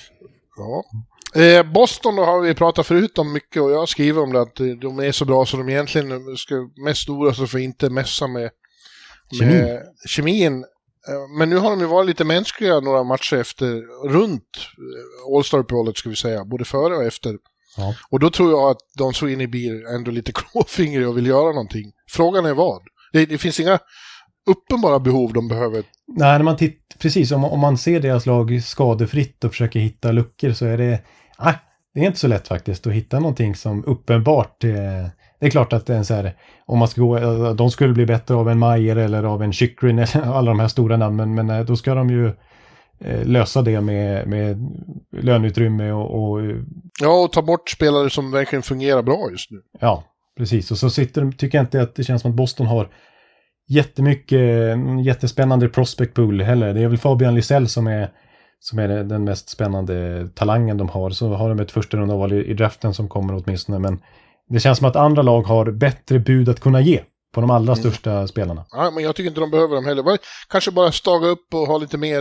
ja. Eh, Boston då har vi pratat förut om mycket och jag skriver om det att de är så bra så de egentligen ska mest oroa sig för att inte mässa med Kemin. Med kemin. Men nu har de ju varit lite mänskliga några matcher efter, runt All-Star-uppehållet ska vi säga, både före och efter. Ja. Och då tror jag att de så in i blir ändå lite klåfingriga och vill göra någonting. Frågan är vad? Det, det finns inga uppenbara behov de behöver. Nej, när man titt, precis, om, om man ser deras lag skadefritt och försöker hitta luckor så är det, nej, det är inte så lätt faktiskt att hitta någonting som uppenbart eh, det är klart att det är så här, om man ska gå, de skulle bli bättre av en Meier eller av en Chychrun eller alla de här stora namnen, men då ska de ju eh, lösa det med, med löneutrymme och, och... Ja, och ta bort spelare som verkligen fungerar bra just nu. Ja, precis. Och så sitter, tycker jag inte att det känns som att Boston har jättemycket, en jättespännande prospect pool heller. Det är väl Fabian Lysell som är, som är den mest spännande talangen de har. Så har de ett första runda val i, i draften som kommer åtminstone, men det känns som att andra lag har bättre bud att kunna ge på de allra största mm. spelarna. Ja, men jag tycker inte de behöver dem heller. Kanske bara staga upp och ha lite mer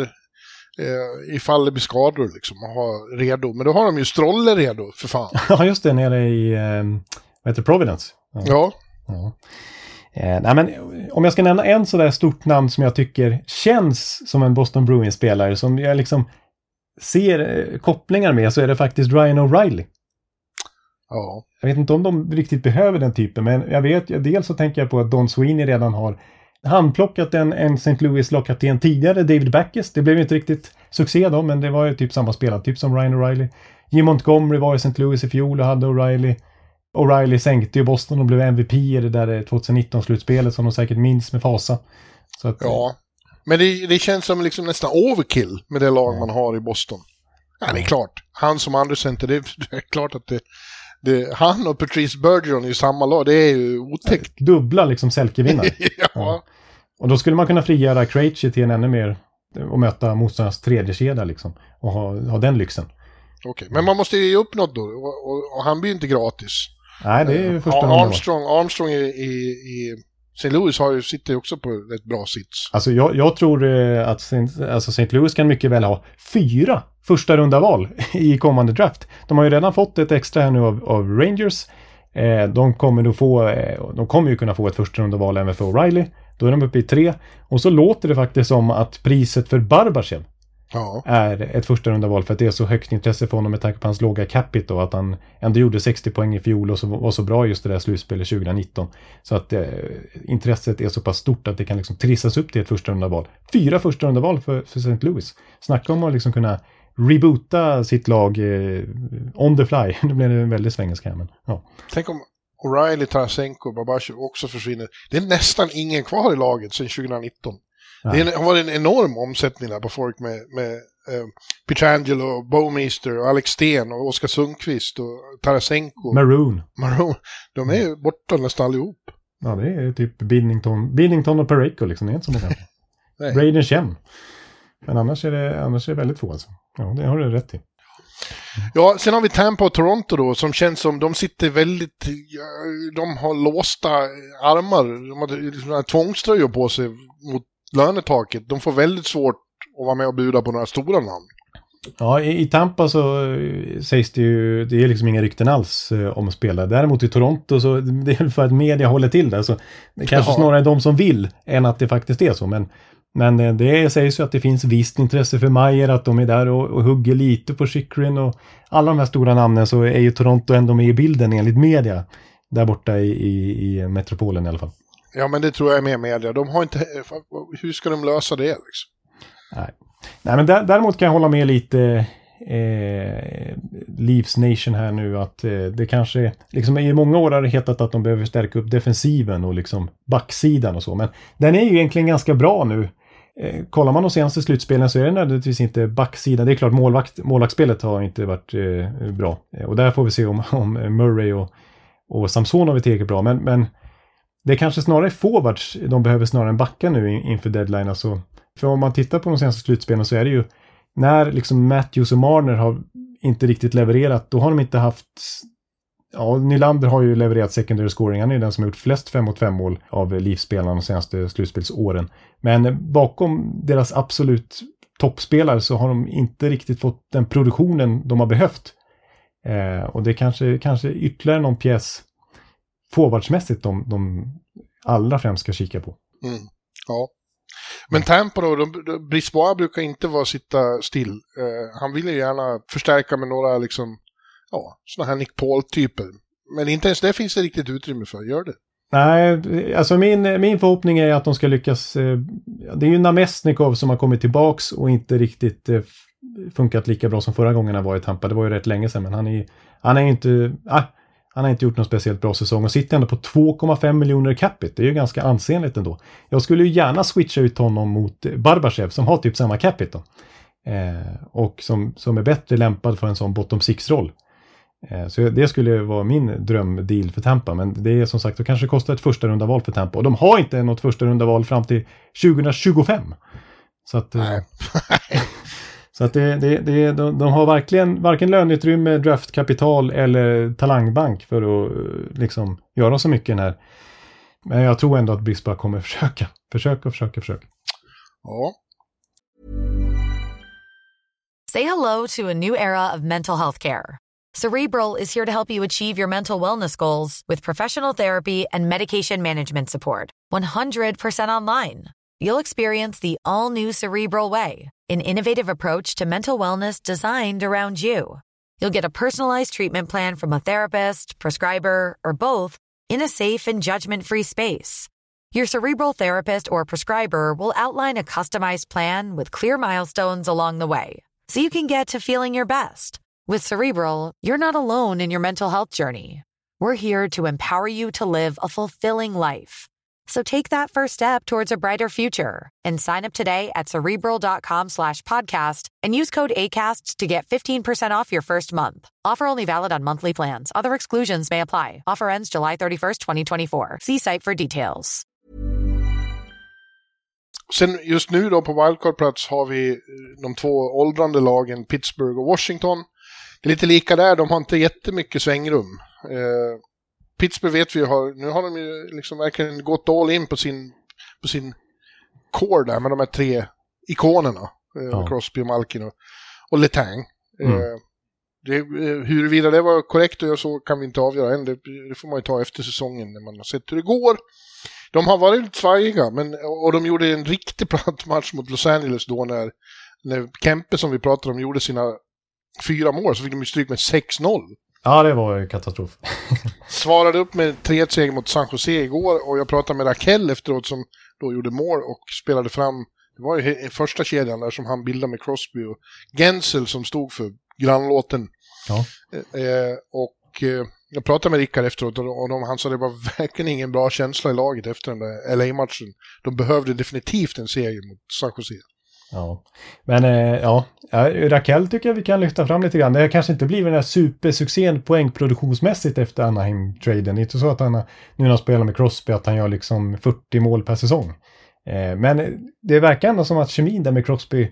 eh, ifall det blir skador liksom, och ha redo. Men då har de ju Stroller redo, för fan. Ja, just det, nere i eh, vad heter Providence. Ja. ja. Ja. Eh, nej, men om jag ska nämna en sådär stort namn som jag tycker känns som en Boston Bruins-spelare som jag liksom ser eh, kopplingar med, så är det faktiskt Ryan O'Reilly. Ja. Jag vet inte om de riktigt behöver den typen, men jag vet, dels så tänker jag på att Don Sweeney redan har handplockat en, en Saint Louis lagkapten tidigare, David Backes. Det blev ju inte riktigt succé då, men det var ju typ samma spelare, typ som Ryan O'Reilly. Jim Montgomery var i Saint Louis i fjol och hade O'Reilly. O'Reilly sänkte ju Boston och blev M V P i det där tjugonitton-slutspelet som de säkert minns med fasa. Så att, ja, men det, det känns som liksom nästan overkill med det lag ja. man har i Boston. Ja, det är klart. Han som andra center, det är, det är klart att det, det... Han och Patrice Bergeron i samma lag, det är ju otäckt. Dubbla liksom Selke-vinnare. ja. ja. Och då skulle man kunna frigöra Krejci till en ännu mer och möta motståndarnas tredje kedja liksom. Och ha, ha den lyxen. Okej, okay. Men man måste ju ge upp något då. Och, och, och han blir ju inte gratis. Nej, det är ju första uh, Armstrong, Armstrong i, i, i Saint Louis har ju, sitter ju också på ett bra sits. Alltså jag, jag tror eh, att Saint, alltså Saint Louis kan mycket väl ha fyra första runda val i kommande draft. De har ju redan fått ett extra här nu av, av Rangers. Eh, de kommer då få, eh, de kommer ju kunna få ett första runda val även för O'Reilly. Då är de uppe i tre. Och så låter det faktiskt som att priset för Barbashev ja. är ett första runda val för att det är så högt intresse för honom med tanke på hans låga capita och att han ändå gjorde sextio poäng i fjol och så var så bra just det där slutspelet tjugonitton. Så att eh, intresset är så pass stort att det kan liksom trissas upp till ett första runda val. Fyra första runda val för, för Saint Louis. Snacka om att liksom kunna reboota sitt lag eh, on the fly. Nu blir det en väldigt svengelska här, men ja. Tänk om O'Reilly, Tarasenko och Babashev också försvinner. Det är nästan ingen kvar i laget sedan tjugonitton. Ja. Det har varit en enorm omsättning där på folk med, med eh, Pietrangelo, Bowmeister, och Alex Sten och Oskar Sundqvist och Tarasenko. Maroon. Maroon. De är ju borta nästan allihop. Ja, det är typ Binnington, Binnington och Parayko liksom. Det är inte så många. Braden Shem. Men annars är, det, annars är det väldigt få alltså. Ja, det har du rätt i. Ja, sen har vi Tampa och Toronto då som känns som de sitter väldigt, de har låsta armar, de har liksom tvångströjor på sig mot lönetaket. De får väldigt svårt att vara med och buda på några stora namn. Ja, i, i Tampa så sägs det ju, det är liksom inga rykten alls eh, om spelare. Däremot i Toronto så det är för att media håller till där, så det kanske ja. snarare är de som vill än att det faktiskt är så, men Men det sägs ju att det finns visst intresse för Meier, att de är där och, och hugger lite på Chychrun och alla de här stora namnen, så är ju Toronto ändå med i bilden enligt media där borta i, i, i metropolen i alla fall. Ja, men det tror jag är med media. De har inte, hur ska de lösa det liksom? Nej, Nej men däremot kan jag hålla med lite eh, Leafs Nation här nu att eh, det kanske, liksom i många år har det hetat att de behöver stärka upp defensiven och liksom backsidan och så, men den är ju egentligen ganska bra nu. Eh, kollar man de senaste slutspelen så är det nödvändigtvis inte backsidan. Det är klart, målvakt, målvaktsspelet har inte varit eh, bra. Eh, och där får vi se om, om Murray och, och Samsonov är tillräckligt bra. Men, men det är kanske snarare forwards de behöver snarare än backa nu in, inför deadline. Alltså, för om man tittar på de senaste slutspelen så är det ju när liksom Matthews och Marner har inte riktigt levererat, då har de inte haft... Ja, Nylander har ju levererat secondary scoring. Han är den som har gjort flest fem mot fem mål av Leafs-spelarna de senaste slutspelsåren. Men bakom deras absolut toppspelare så har de inte riktigt fått den produktionen de har behövt. Eh, och det kanske, kanske ytterligare någon pjäs forwardsmässigt de, de allra främst ska kika på. Mm. Ja. Men Tampa då, de, de, Brisbois brukar inte vara sitta still. Eh, han vill ju gärna förstärka med några liksom, ja, såna här Nick Paul-typer. Men inte ens det finns det riktigt utrymme för. Gör det? Nej, alltså min, min förhoppning är att de ska lyckas. Eh, det är ju Namestnikov som har kommit tillbaks och inte riktigt eh, funkat lika bra som förra gången han var i Tampa. Det var ju rätt länge sedan, men han är han är inte ah, han har inte gjort någon speciellt bra säsong och sitter ändå på två komma fem miljoner capita. Det är ju ganska ansenligt ändå. Jag skulle ju gärna switcha ut honom mot Barbashev som har typ samma capita. Eh, och som, som är bättre lämpad för en sån bottom six-roll. Eh, så det skulle vara min drömdeal för Tampa. Men det är som sagt, det kanske kostar ett första runda val för Tampa. Och de har inte något första runda val fram till tjugo tjugofem. Så att... Nej. Så att det, det, det, de, de har verkligen varken löneutrymme, draftkapital eller talangbank för att liksom göra så mycket här. Men jag tror ändå att Brisbane kommer försöka. Försöka, försöka, försöka. Ja. Say hello to a new era of mental health care. Cerebral is here to help you achieve your mental wellness goals with professional therapy and medication management support. one hundred percent online. You'll experience the all-new Cerebral Way, an innovative approach to mental wellness designed around you. You'll get a personalized treatment plan from a therapist, prescriber, or both in a safe and judgment-free space. Your Cerebral therapist or prescriber will outline a customized plan with clear milestones along the way, so you can get to feeling your best. With Cerebral, you're not alone in your mental health journey. We're here to empower you to live a fulfilling life. So take that first step towards a brighter future and sign up today at Cerebral.com slash podcast and use code ACAST to get fifteen percent off your first month. Offer only valid on monthly plans. Other exclusions may apply. Offer ends July thirty-first, twenty twenty-four. See site for details. Sen just nu då på wildcard-plats har vi de två åldrande lagen Pittsburgh och Washington. Det är lite lika där, de har inte jättemycket svängrum. Eh, Pittsburgh vet vi har, nu har de ju liksom verkligen gått all in på sin, på sin core där med de här tre ikonerna. Eh, ja. Crosby och Malkin och, och Letang. Mm. Eh, det, huruvida det var korrekt att göra så kan vi inte avgöra än. Det, det får man ju ta efter säsongen när man har sett hur det går. De har varit lite svajiga, men, och de gjorde en riktigt platt match mot Los Angeles då när, när Kempe som vi pratade om gjorde sina fyra mål, så fick de ju stryk med sex noll. Ja, det var ju katastrof. Svarade upp med tre ett seger mot San Jose igår, och jag pratade med Rakell efteråt som då gjorde mål och spelade fram, det var ju första kedjan där som han bildade med Crosby och Gensel som stod för grannlåten. Ja. Eh, och eh, jag pratade med Rickard efteråt och de, han sa det var verkligen ingen bra känsla i laget efter den där L A-matchen. De behövde definitivt en seger mot San Jose. Ja, men eh, ja, Rakell tycker jag vi kan lyfta fram lite grann. Det har kanske inte blivit den här supersuccén poängproduktionsmässigt efter Anaheim-traden. Det är inte så att han nu när han spelar med Crosby att han gör liksom fyrtio mål per säsong. Eh, men det verkar ändå som att kemin där med Crosby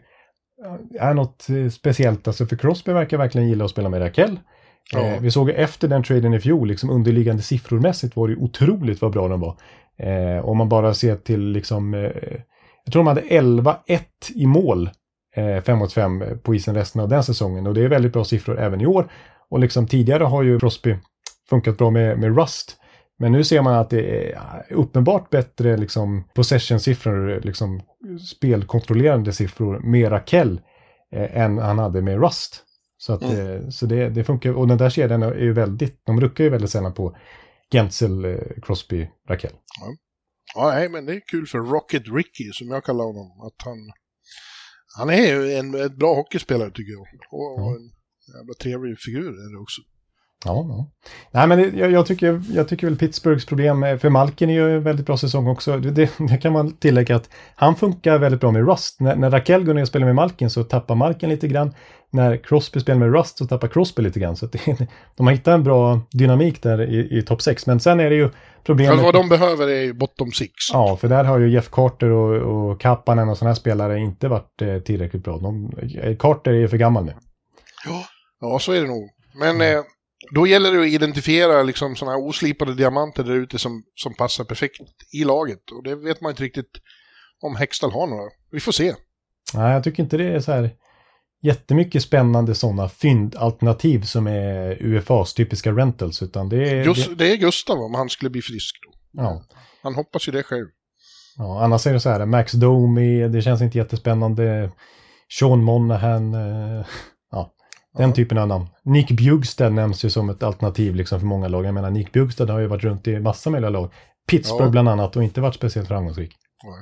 är något speciellt. Alltså för Crosby verkar verkligen gilla att spela med Rakell. Ja. Eh, vi såg efter den traden i fjol, liksom underliggande siffrormässigt var det otroligt vad bra de var. Eh, om man bara ser till liksom... Eh, jag tror de hade elva ett i mål eh, fem mot fem på isen resten av den säsongen. Och det är väldigt bra siffror även i år. Och liksom tidigare har ju Crosby funkat bra med, med Rust. Men nu ser man att det är uppenbart bättre liksom, possession-siffror, liksom, spelkontrollerande siffror med Rakell eh, än han hade med Rust. Så, att, mm. eh, så det, det funkar. Och den där kedjan är ju väldigt, de ruckar ju väldigt sällan på Gensel, eh, Crosby, Rakell. Ja. Ja, nej, men det är kul för Rocket Ricky som jag kallar honom. Att han, han är ju en ett bra hockeyspelare tycker jag. Och, ja. och en jävla trevlig figur är det också. Ja, ja. Nej, men det, jag, jag, tycker, jag tycker väl Pittsburghs problem, för Malkin är ju en väldigt bra säsong också. Det, det, det kan man tillägga att han funkar väldigt bra med Rust. När, när Rakell går ner och spelar med Malkin så tappar Malkin lite grann. När Crosby spelar med Rust så tappar Crosby lite grann. Så att det, de har hittat en bra dynamik där i, i topp sex. Men sen är det ju problemet... För vad de behöver är ju bottom six. Ja, för där har ju Jeff Carter och, och Kapanen och sådana här spelare inte varit eh, tillräckligt bra. De, Carter är för gammal nu. Ja, ja så är det nog. Men... Mm. Eh, Då gäller det att identifiera liksom sådana här oslipade diamanter där ute som, som passar perfekt i laget. Och det vet man inte riktigt om Hextall har några. Vi får se. Nej, jag tycker inte det är så här jättemycket spännande sådana fyndalternativ som är U F A:s typiska rentals. Utan det är, Just, det... det är Gustav om han skulle bli frisk då. Ja. Han hoppas ju det själv. Ja, annars är det så här, Max Domi, det känns inte jättespännande. Sean Monahan... Eh... Den ja. typen av namn. Nick Bjugstad nämns ju som ett alternativ liksom för många lag. Jag menar, Nick Bjugstad har ju varit runt i massa möjliga lag. Pittsburgh ja. bland annat och inte varit speciellt framgångsrik. Ja.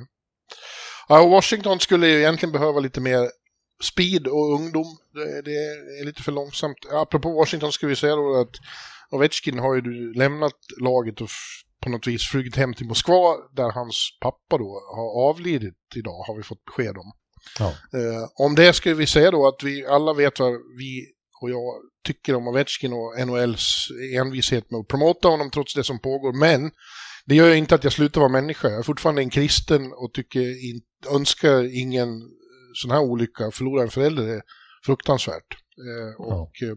Ja, Washington skulle ju egentligen behöva lite mer speed och ungdom. Det, det är lite för långsamt. Apropå Washington ska vi säga då att Ovechkin har ju lämnat laget och på något vis flugit hem till Moskva där hans pappa då har avlidit idag, har vi fått besked om. Ja. Eh, om det ska vi säga då att vi alla vet vad vi och jag tycker om Ovechkin och N H L:s envishet med att promota honom trots det som pågår, men det gör ju inte att jag slutar vara människa. Jag är fortfarande en kristen och tycker in, önskar ingen sån här olycka. Förlora en förälder är fruktansvärt. Eh, och ja. eh,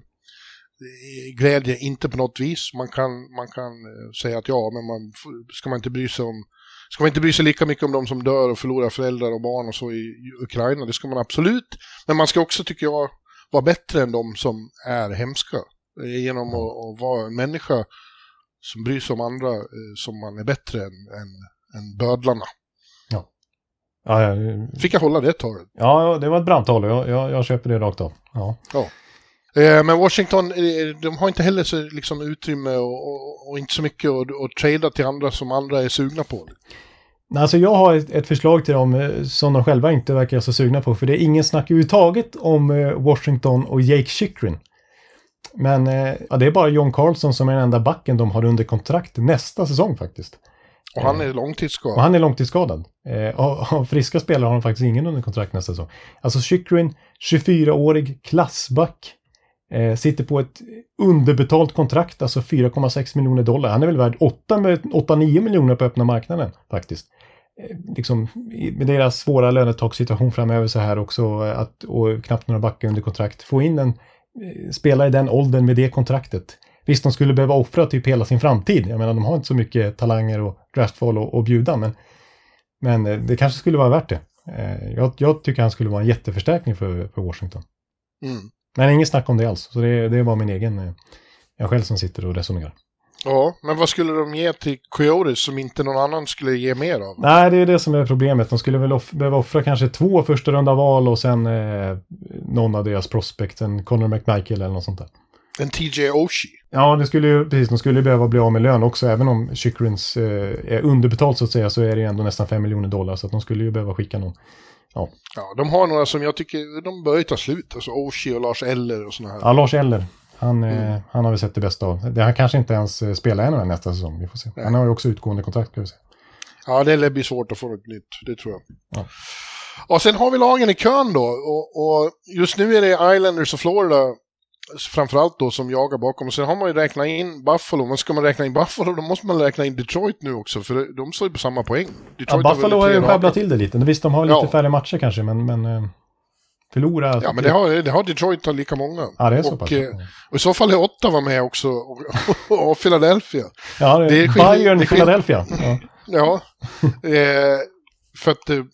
glädje inte på något vis. Man kan, man kan eh, säga att ja, men man ska man inte bry sig om Ska man inte bry sig lika mycket om de som dör och förlorar föräldrar och barn och så i Ukraina? Det ska man absolut. Men man ska också, tycker jag, vara bättre än de som är hemska. genom att, att vara en människa som bryr sig om andra, som man är bättre än, än, än bödlarna. Ja. Ja, jag, Fick jag hålla det talet? Ja, det var ett brandtal. Jag, jag, jag köper det rakt av. Ja. Ja. Eh, men Washington, eh, de har inte heller så liksom utrymme och, och, och inte så mycket att, att trada till andra som andra är sugna på. Alltså jag har ett, ett förslag till dem eh, som de själva inte verkar så sugna på. För det är ingen snack överhuvudtaget om eh, Washington och Jake Chychrun. Men eh, ja, det är bara John Carlson som är den enda backen de har under kontrakt nästa säsong faktiskt. Och han är långtidsskadad. Och han är långtidsskadad. Eh, av, av friska spelare har de faktiskt ingen under kontrakt nästa säsong. Alltså Chychrun, tjugofyraårig klassback. Eh, sitter på ett underbetalt kontrakt, alltså fyra komma sex miljoner dollar. Han är väl värd åtta nio miljoner på öppna marknaden faktiskt. Eh, liksom, med deras svåra lönetaksituation framöver så här också, att, och knappt några backar under kontrakt. Få in en eh, spelare i den åldern med det kontraktet. Visst, de skulle behöva offra typ hela sin framtid. Jag menar, de har inte så mycket talanger och draftval och, och bjuda, men, men eh, det kanske skulle vara värt det. Eh, jag, jag tycker han skulle vara en jätteförstärkning för, för Washington. Mm. Men ingen snack om det alls. Så det, det är bara min egen, jag själv som sitter och resonerar. Ja, men vad skulle de ge till Coyotes som inte någon annan skulle ge mer av? Nej, det är det som är problemet. De skulle väl off- behöva offra kanske två första runda val och sen eh, någon av deras prospects, en Connor McMichael eller något sånt där. En T J Oshie. Ja, det skulle ju, precis, de skulle ju behöva bli av med lön också. Även om Chychruns eh, är underbetalt så att säga, så är det ändå nästan fem miljoner dollar. Så att de skulle ju behöva skicka någon. Ja, ja, de har några som jag tycker, de börjar ta slut. Alltså Oshie och Lars Eller och såna här. Ja, Lars Eller. Han, mm. eh, han har vi sett det bästa av. Det, han kanske inte ens eh, spelar än nästa säsong, vi får se. Nej. Han har ju också utgående kontrakt, kan vi säga. Ja, det blir svårt att få något nytt, det tror jag. Ja. Och sen har vi lagen i kön då. Och, och just nu är det Islanders och Florida framförallt då som jagar bakom. Och sen har man ju räknat in Buffalo. Men ska man räkna in Buffalo, då måste man räkna in Detroit nu också. För de står ju på samma poäng. Detroit ja, Buffalo har ju sjabblat till det lite. Visst, de har lite ja. färre matcher kanske, men... men eh... Förlora. Ja, men det har, det har Detroit har lika många. Ja, det är så och, pass. Och i så fall är Ottawa med också. Och, och, och Philadelphia. Ja, det är, det är Bayern i Philadelphia. Ja, ja eh, för att eh,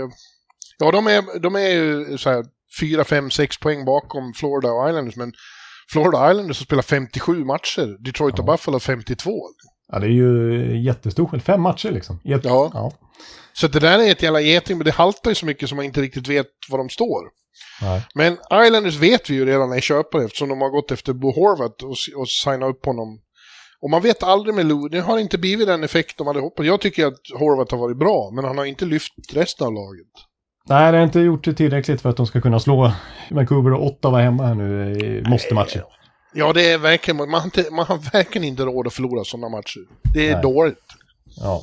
ja, de är, de är ju så här fyra, fem, sex poäng bakom Florida och Islanders. Men Florida Islanders spelar femtiosju matcher. Detroit ja. och Buffalo femtiotvå. Ja, det är ju jättestor. Fem matcher liksom. Jätte... Ja. ja. Så det där är ett jävla geting, men det haltar ju så mycket som man inte riktigt vet var de står. Nej. Men Islanders vet vi ju redan är köpare eftersom de har gått efter Bo Horvat och, och signat upp honom. Och man vet aldrig med Lou, det har inte blivit den effekt de hade hoppats. Jag tycker att Horvat har varit bra, men han har inte lyft resten av laget. Nej, det har inte gjort det tillräckligt för att de ska kunna slå Vancouver och Ottawa hemma här nu i måste-matcher. Ja, det är verkligen, man har, inte, man har verkligen inte råd att förlora sådana matcher. Det är nej. dåligt. Ja.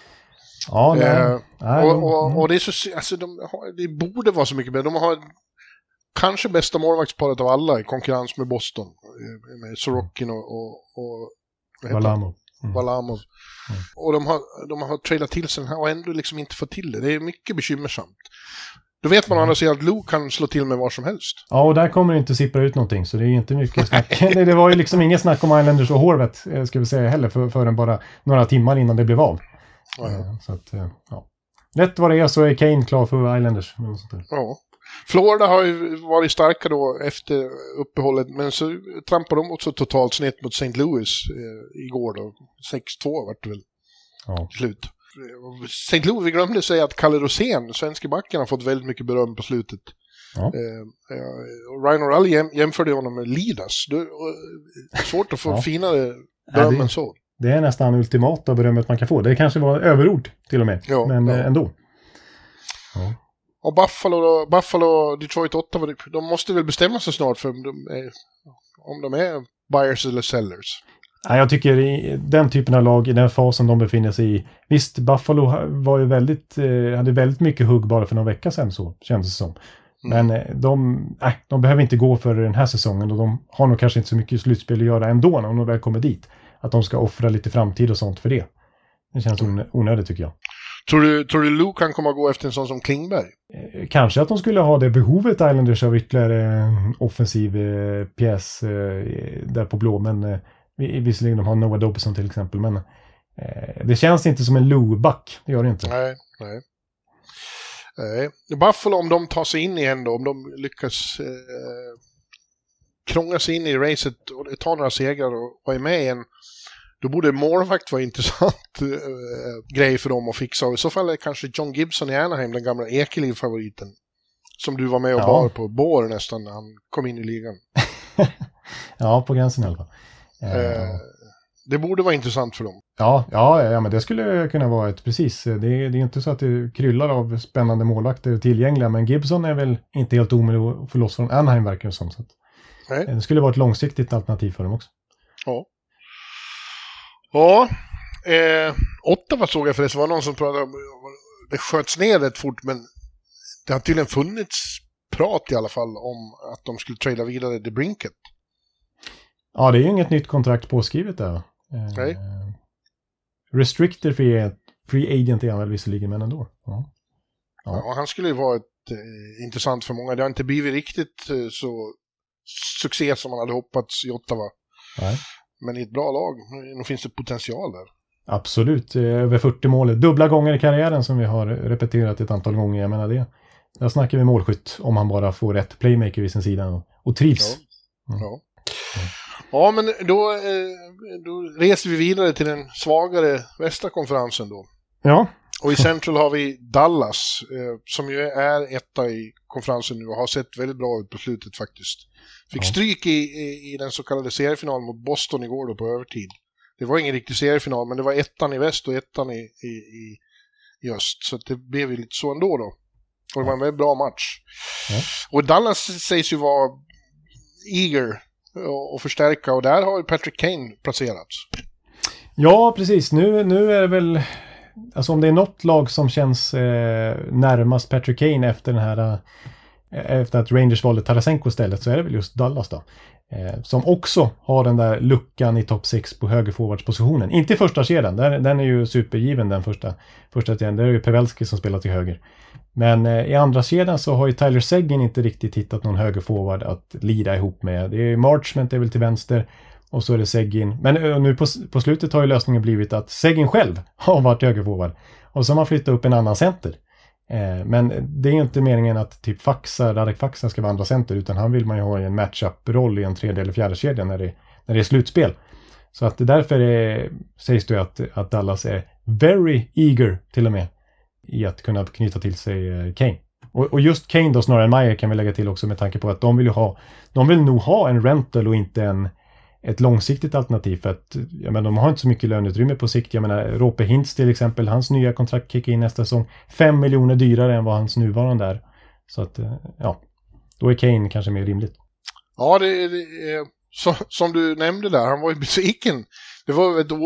Ja, nej. Eh, nej, och, och, och det är så, alltså de har, det borde vara så mycket bättre. De har kanske bästa målvaktsparet av alla i konkurrens med Boston. Med Sorokin och, och, och Varlamov. Mm. Varlamov. Mm. Och de har, de har trailat till sig och ändå liksom inte fått till det. Det är mycket bekymmersamt. Då vet man mm. annars att Lou kan slå till med vad som helst. Ja, och där kommer det inte sippra ut någonting. Så det är inte mycket snack. det, det var ju liksom ingen snack om Islanders och Horvat, ska vi säga heller, för, förrän bara några timmar innan det blev av. Mm. Så att, ja. Rätt vad det är så är Kane klar för Islanders. Ja. Florida har ju varit starka då efter uppehållet, men så trampade de också totalt snett mot Saint Louis eh, igår då. sex två vart det väl ja. slut. Saint Louis, vi glömde säga att Kalle Rosén, svenska backen, har fått väldigt mycket beröm på slutet. Ja. Eh, eh, Ryan O'Reilly jäm, jämförde honom med Lidas. Det är svårt att få ja. finare beröm än så. Det är nästan ultimata berömmet man kan få. Det kanske var överord till och med, ja, men ja. ändå. Ja. Och Buffalo, då, Buffalo, Detroit, Ottawa, de måste väl bestämma sig snart för om de är, om de är buyers eller sellers. Ja, jag tycker i den typen av lag, i den fasen de befinner sig i. Visst, Buffalo var ju väldigt, eh, hade väldigt mycket hugg bara för några veckor sedan, så kändes det som. Mm. Men de, äh, de behöver inte gå för den här säsongen och de har nog kanske inte så mycket slutspel att göra ändå när de väl kommer dit. Att de ska offra lite framtid och sånt för det. Det känns onödigt tycker jag. Tror du, tror du Lou kan komma att gå efter en sån som Klingberg? Eh, kanske att de skulle ha det behovet Islanders av ytterligare eh, offensiv eh, pjäs eh, där på blå. Men eh, visserligen de har Noah Dobson till exempel. Men eh, det känns inte som en Lou-back. Det gör det inte. Nej, nej. nej. Buffalo, om de tar sig in igen då, om de lyckas eh, krångla sig in i racet och ta några segrar och vara med i en, då borde målvakt vara intressant uh, grej för dem att fixa. Och i så fall är kanske John Gibson i Anaheim, den gamla Ekeliv-favoriten, som du var med och ja. bar på bår nästan när han kom in i ligan. Ja, på gränsen i alla fall. Uh, det borde vara intressant för dem. Ja, ja, ja, men det skulle kunna vara ett precis. Det är, det är inte så att det kryllar av spännande målvakter tillgängliga, men Gibson är väl inte helt omöjlig att få loss från Anaheim verkar det som. Så att Nej. Det skulle vara ett långsiktigt alternativ för dem också. Ja. Ja, eh, Ottawa såg jag förresten, var någon som pratade om, det sköts ner rätt fort, men det har tydligen funnits prat i alla fall om att de skulle trada vidare till Brinket. Ja, det är ju inget nytt kontrakt påskrivet där. Nej. Eh, restricted free, free agent är han väl visserligen, men ändå. Ja. Ja. Ja, han skulle ju vara ett, eh, intressant för många. Det har inte blivit riktigt eh, så succé som man hade hoppats i Ottawa. Nej. Men i ett bra lag, nu finns det potential där. Absolut, över fyrtio mål. Dubbla gånger i karriären som vi har repeterat ett antal gånger. Jag menar det. Där snackar vi målskytt om han bara får rätt playmaker vid sin sida och, och trivs. Ja, mm. ja. ja men då, då reser vi vidare till den svagare västra konferensen då. Ja. Och i Central har vi Dallas som ju är etta i konferensen nu och har sett väldigt bra ut på slutet faktiskt. Fick ja. stryk i, i, i den så kallade seriefinalen mot Boston igår då på övertid. Det var ingen riktig seriefinal, men det var ettan i väst och ettan i, i, i, i öst. Så det blev ju lite så ändå då. Och det var en väldigt bra match. Ja. Och Dallas sägs ju vara eager att förstärka, och där har ju Patrick Kane placerats. Ja, precis. Nu, nu är det väl, alltså om det är något lag som känns eh, närmast Patrick Kane efter den här eh, efter att Rangers valde Tarasenko istället, så är det väl just Dallas då. Eh, som också har den där luckan i topp sex på högerforwardspositionen. Inte i första kedjan, den, den är ju supergiven den första, första kedjan. Det är ju Pavelski som spelar till höger. Men eh, i andra kedjan så har ju Tyler Seguin inte riktigt hittat någon högerforward att lida ihop med. Det är Marchment är väl till vänster och så är det Seguin. Men eh, nu på, på slutet har ju lösningen blivit att Seguin själv har varit högerforward. Och så har man flyttat upp en annan center. Eh, men det är ju inte meningen att typ Faxa, Radek Faxa ska vara andra center, utan han vill man ju ha en matchup-roll i en tredje eller fjärde kedja när det, när det är slutspel. Så att därför är, sägs det att, att Dallas är very eager till och med i att kunna knyta till sig Kane. Och, och just Kane då snarare än Meyer kan vi lägga till också med tanke på att de vill ju ha, de vill nog ha en rental och inte en, ett långsiktigt alternativ, för att jag menar, de har inte så mycket löneutrymme på sikt. Jag menar, Rope Hintz till exempel, hans nya kontrakt kickar in nästa säsong fem miljoner dyrare än vad hans nuvarande är. Så att, ja, då är Kane kanske mer rimligt. Ja, det, det är så, som du nämnde där, han var ju besviken. Det var ett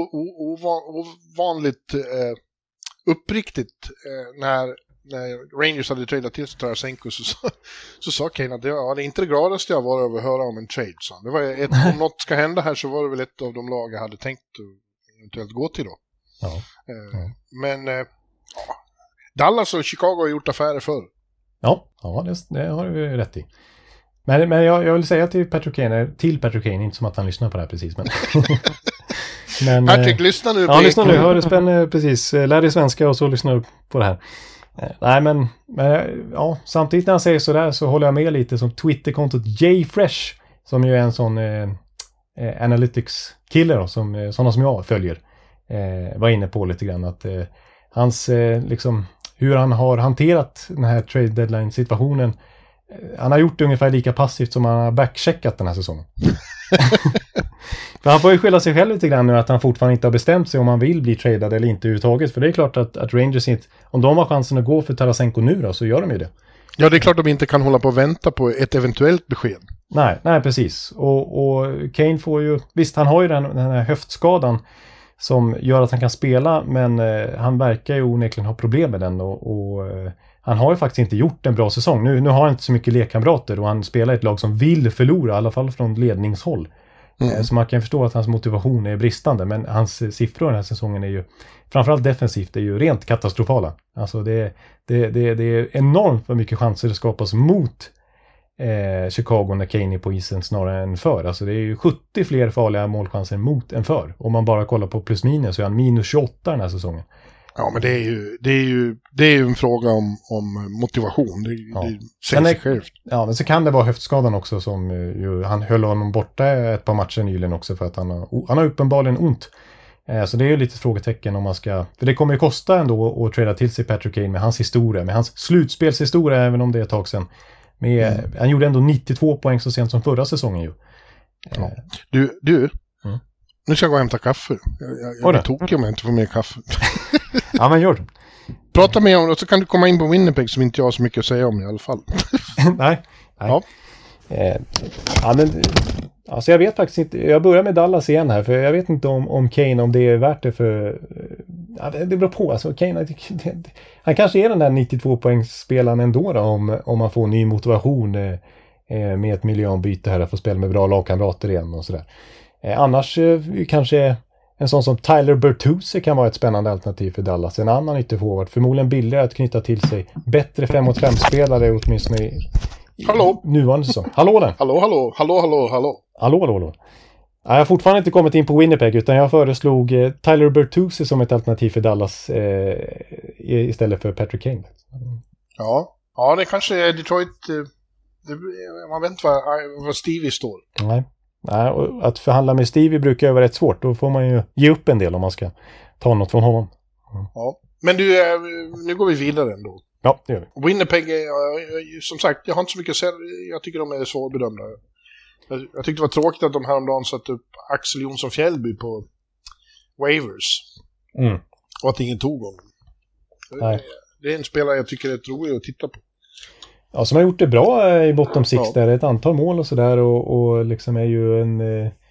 ovanligt eh, uppriktigt eh, när när Rangers hade tradat till Tarasenko, så, så, så sa Kane att det var det inte det gladaste jag var över att höra om en trade. Så. Det var ett, om något ska hända här så var det väl ett av de lag jag hade tänkt att eventuellt gå till då. Ja. Eh, ja. Men eh, ja. Dallas och Chicago har gjort affärer förr. Ja, ja det, det har du rätt i. Men, men jag, jag vill säga till Patrick Kane, till Patrick Kane, inte som att han lyssnar på det här precis. Men, men Patrick, eh, lyssna nu. Ja, lyssna nu. Hör spänn, precis. Lär dig svenska och så lyssnar du på det här. Nej, men, men ja, samtidigt när han säger sådär så håller jag med lite som Twitterkontot Jfresh, som ju är en sån eh, analytics-kille då, som, eh, sådana som jag följer, eh, var inne på lite grann att eh, hans, eh, liksom, hur han har hanterat den här trade deadline-situationen, eh, han har gjort det ungefär lika passivt som han har backcheckat den här säsongen. För han får ju skylla sig själv lite grann nu att han fortfarande inte har bestämt sig om han vill bli tradad eller inte överhuvudtaget. För det är klart att, att Rangers inte, om de har chansen att gå för Tarasenko nu då, så gör de ju det. Ja, det är klart att de inte kan hålla på och vänta på ett eventuellt besked. Nej, nej precis. Och, och Kane får ju, visst han har ju den, den här höftskadan som gör att han kan spela, men eh, han verkar ju onekligen ha problem med den och, och eh, han har ju faktiskt inte gjort en bra säsong. Nu, nu har han inte så mycket lekkamrater och han spelar i ett lag som vill förlora, i alla fall från ledningshåll. Mm. Så man kan förstå att hans motivation är bristande, men hans siffror den här säsongen är ju, framförallt defensivt, är ju rent katastrofala. Alltså det, det, det, det är enormt vad mycket chanser det skapas mot eh, Chicago när Kane är på isen snarare än för. Alltså det är ju sjuttio fler farliga målchanser mot än för. Om man bara kollar på plus minus så är han minus tjugoåtta den här säsongen. Ja, men det är ju, det är ju, det är ju en fråga om, om motivation. Det, ja. det säger sig självt. Ja, men så kan det vara höftskadan också som ju, han höll honom borta ett par matcher nyligen också för att han har, han har uppenbarligen ont. Eh, så det är ju lite frågetecken om man ska, för det kommer ju kosta ändå att trada till sig Patrick Kane med hans historia, med hans slutspelshistoria, även om det är ett tag sedan. Med, mm. Han gjorde ändå nittiotvå poäng så sent som förra säsongen ju. Eh. Ja. Du, du. Mm. Nu ska jag gå och hämta kaffe. Jag, jag, jag blir tokig om jag inte får mer kaffe. Ja, men gör det. Prata med om det, så kan du komma in på Winnipeg som inte jag har så mycket att säga om i alla fall. nej. nej. Ja. Eh, ja, men alltså jag vet faktiskt inte. Jag börjar med Dallas igen här, för jag vet inte om, om Kane, om det är värt det för... Ja, det, det beror på. Alltså, Kane, det, det, han kanske är den där nittiotvå-poängsspelaren ändå då, om, om man får ny motivation eh, med ett miljöombyte här, att få spela med bra lagkamrater igen och sådär. Eh, annars eh, kanske en sån som Tyler Bertuzzi kan vara ett spännande alternativ för Dallas. En annan ytterforward, förmodligen billigare att knyta till sig. Bättre fem mot fem-spelare åtminstone i, i hallå. nuvarande säsong. Hallå där! Hallå, hallå, hallå, hallå, hallå. Hallå, hallå, hallå. Jag har fortfarande inte kommit in på Winnipeg, utan jag föreslog eh, Tyler Bertuzzi som ett alternativ för Dallas eh, istället för Patrick Kane. Mm. Ja. Ja, det kanske är Detroit... Eh, det, man vet inte var, var Stevie står. Nej. Nej, och att förhandla med Stevie brukar ju vara rätt svårt. Då får man ju ge upp en del om man ska ta något från honom. Mm. Ja. Men du, nu går vi vidare ändå. Ja, det gör vi. Winnipeg, som sagt, jag har inte så mycket att säga. Jag tycker de är svårbedömda. Jag, jag tyckte det var tråkigt att de häromdagen satte upp Axel Jonsson Fjällby på waivers. Mm. Och att ingen tog honom. Nej. Det är en spelare jag tycker är rätt rolig att titta på. Ja, som har gjort det bra i bottom six ja. Där. Ett antal mål och sådär. Och, och liksom är ju en,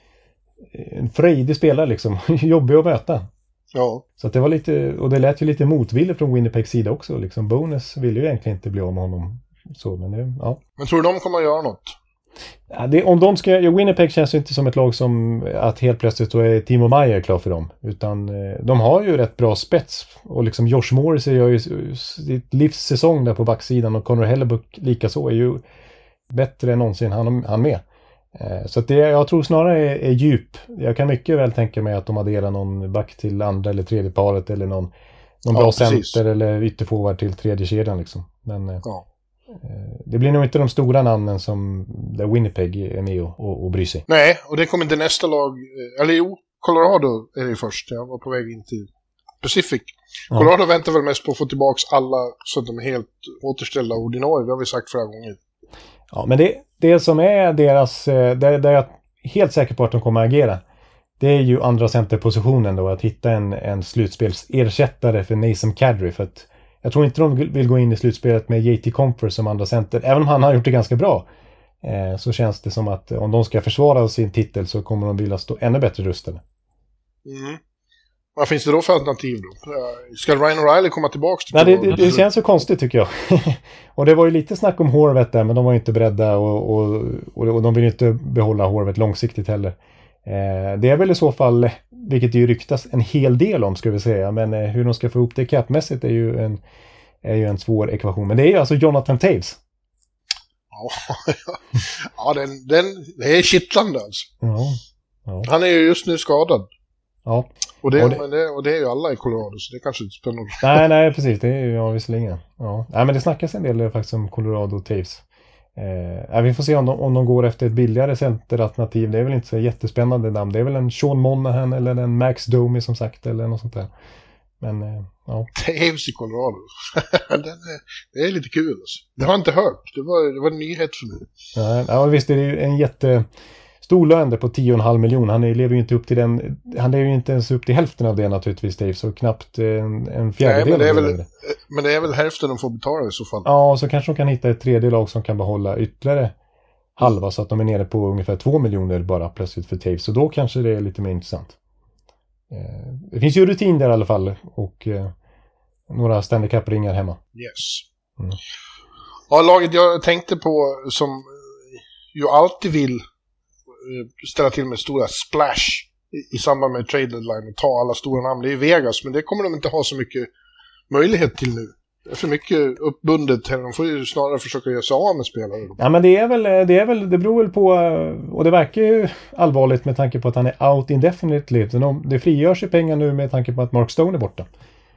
en frejdig spelare liksom. Jobbig att möta. Ja. Så att det var lite, och det lät ju lite motvilligt från Winnipegs sida också. Liksom. Bonus ville ju egentligen inte bli av med honom. Så, men, det, ja. men tror du de kommer att göra något? Ja, det, om de ska, ja, Winnipeg känns ju inte som ett lag som att helt plötsligt då är Timo Meier klar för dem. Utan eh, de har ju rätt bra spets. Och liksom Josh Morris gör ju sitt livssäsong där på backsidan. Och Connor Hellebuck likaså är ju bättre än någonsin han, han med. Eh, så att det, jag tror snarare är, är djup. Jag kan mycket väl tänka mig att de adderar någon back till andra eller tredje paret. Eller någon, någon ja, bra precis. center eller ytterforward till tredje kedjan liksom. Men... Eh, ja. Det blir nog inte de stora namnen som där Winnipeg är med och, och, och bryr sig. Nej, och det kommer inte nästa lag. Eller jo, Colorado är det först. Jag var på väg in till Pacific. Ja. Colorado väntar väl mest på att få tillbaka alla så att de är helt återställda ordinarie. Det har vi sagt flera gånger. Ja, men det, det som är deras... Där, där jag är helt säker på att de kommer att agera. Det är ju andra centerpositionen då. Att hitta en, en slutspelsersättare för Nathan Kadri. För att jag tror inte de vill gå in i slutspelet med J T Compher som andra center. Även om han har gjort det ganska bra. Eh, så känns det som att om de ska försvara sin titel så kommer de vilja stå ännu bättre rustade. Mm. Vad finns det då för alternativ då? Ska Ryan O'Reilly komma tillbaka? Nej, det, det, det känns så konstigt tycker jag. Och det var ju lite snack om Horvath där, men de var ju inte beredda och, och, och, och de vill inte behålla Horvath långsiktigt heller. Eh, det är väl i så fall, vilket det ju ryktas en hel del om ska vi säga, men eh, hur de ska få ihop det capmässigt är ju en, är ju en svår ekvation. Men det är ju alltså Jonathan Taves. Ja, ja den, den, det är kittlande alltså. Ja, ja. Han är ju just nu skadad. Ja. Och det, och, det, men det, och det är ju alla i Colorado, så det kanske inte spelar någon. Nej, nej, precis. Det är ju ja, visserligen. Ja. Nej, men det snackas en del faktiskt om Colorado och Taves. Eh, vi får se om de, om de går efter ett billigare centeralternativ. Det är väl inte så jättespännande namn. Det är väl en Sean Monahan eller en Max Domi som sagt, eller något sånt där. Men, eh, ja. Taves i Colorado. Den är, det är lite kul alltså. Det har jag inte hört. Det var, det var en nyhet för mig. Ja, ja visst, det är ju en jätte... stor lön på tio komma fem miljoner. Han lever ju inte upp till den. Han lever ju inte ens upp till hälften av det naturligtvis, Dave. Så knappt en, en fjärdedel. Nej, men, det är väl, väl, men det är väl hälften de får betala i så fall. Ja, så kanske de kan hitta ett tredje lag som kan behålla ytterligare halva. Så att de är nere på ungefär två miljoner bara plötsligt för Taves. Så då kanske det är lite mer intressant. Det finns ju rutin där i alla fall. Och eh, några Stanley Cup-ringar hemma. Yes. Mm. Ja, laget jag tänkte på som ju alltid vill ställa till med stora splash i, i samband med trade deadline och ta alla stora namn. Det är Vegas, men det kommer de inte ha så mycket möjlighet till nu. Det är för mycket uppbundet här. De får ju snarare försöka göra sig av med spelare. Ja, men det är väl, det är väl, det beror väl på, och det verkar ju allvarligt med tanke på att han är out indefinitely. Det frigörs ju pengar nu med tanke på att Mark Stone är borta.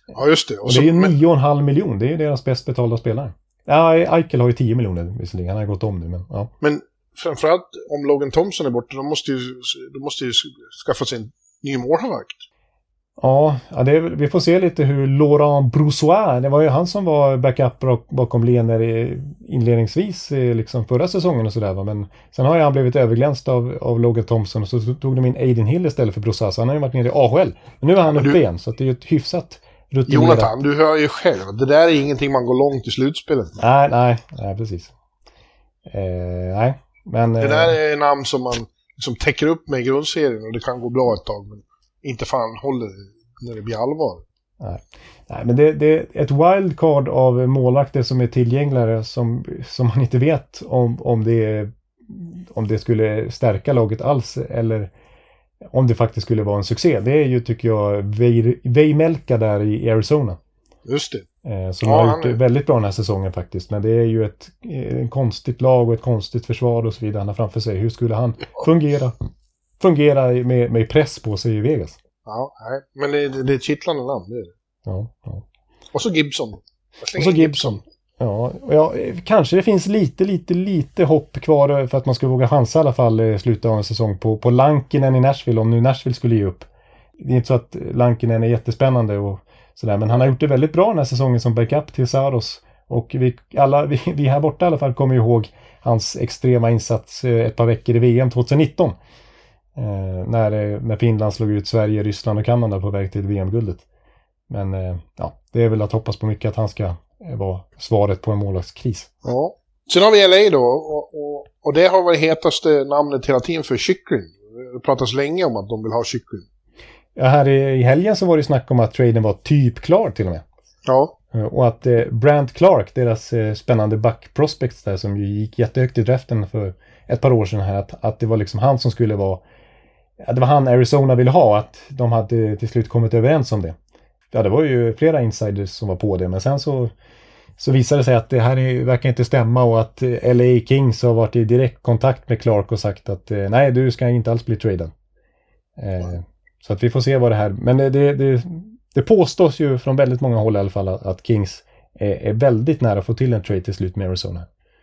Ja, just det. Och, och så, det är ju men... nio och en halv miljon. Det är deras bäst betalda spelare. Ja, Eichel har ju tio miljoner visserligen. Han har gått om nu, men ja. Men framförallt om Logan Thompson är borta, då måste ju, då måste ju skaffa sig en ny målvakt. Ja, ja det är, vi får se lite hur Laurent Brossois, det var ju han som var backup bakom Lener inledningsvis liksom förra säsongen och sådär, men sen har ju han blivit överglänst av, av Logan Thompson och så tog de in Aiden Hill istället för Brossois, så han har ju varit nere i A H L. Men nu är han uppe du, igen, så det är ju ett hyfsat rutinerat. Jonathan, du hör ju själv, det där är ingenting man går långt i slutspelet. Nej, nej, nej precis. Eh, nej, men... Det där är namn som man liksom täcker upp med i grundserien och det kan gå bra ett tag, men inte fan håller när det blir allvar. Nej, Nej men det, det är ett wildcard av målvakter som är tillgängliga som, som man inte vet om, om, det, om det skulle stärka laget alls eller om det faktiskt skulle vara en succé. Det är ju, tycker jag, Vejmelka där i Arizona. Just det. Eh, som ja, har gjort är... väldigt bra den här säsongen faktiskt. Men det är ju ett en konstigt lag och ett konstigt försvar och så vidare han har framför sig. Hur skulle han fungera? Fungera med, med press på sig i Vegas. Ja, nej. Men det, det är ett kittlande namn, det är det. Ja, ja. Och så Gibson. Och så Gibson. Ja, och ja, kanske det finns lite, lite, lite hopp kvar för att man ska våga chansa i alla fall sluta av en säsong på, på Lankinen i Nashville, om nu Nashville skulle ge upp. Det är inte så att Lankinen är jättespännande och sådär, men han har gjort det väldigt bra den här säsongen som backup till Saros. Och vi, alla, vi, vi här borta i alla fall kommer ihåg hans extrema insats ett par veckor i V M tjugonitton. Eh, när, när Finland slog ut Sverige, Ryssland och Kanada på väg till V M-guldet. Men eh, ja, det är väl att hoppas på mycket att han ska eh, vara svaret på en målvaktskris. Ja. Sen har vi L A då och, och, och det har varit hetaste namnet hela tiden för Chychrun. Det pratas länge om att de vill ha Chychrun. Ja, här i, i helgen så var det snack om att traden var typ klar till och med. Ja. Eh, och att eh, Brandt Clark, deras eh, spännande back prospects där som ju gick jättehögt i draften för ett par år sedan här, att, att det var liksom han som skulle vara det var han Arizona ville ha, att de hade till slut kommit överens om det. Ja, det var ju flera insiders som var på det, men sen så, så visade det sig att det här är, verkar inte stämma och att L A Kings har varit i direkt kontakt med Clark och sagt att nej, du ska inte alls bli tradad. Eh, så att vi får se vad det här, men det, det, det, det påstås ju från väldigt många håll i alla fall att, att Kings är, är väldigt nära att få till en trade till slut med Arizona.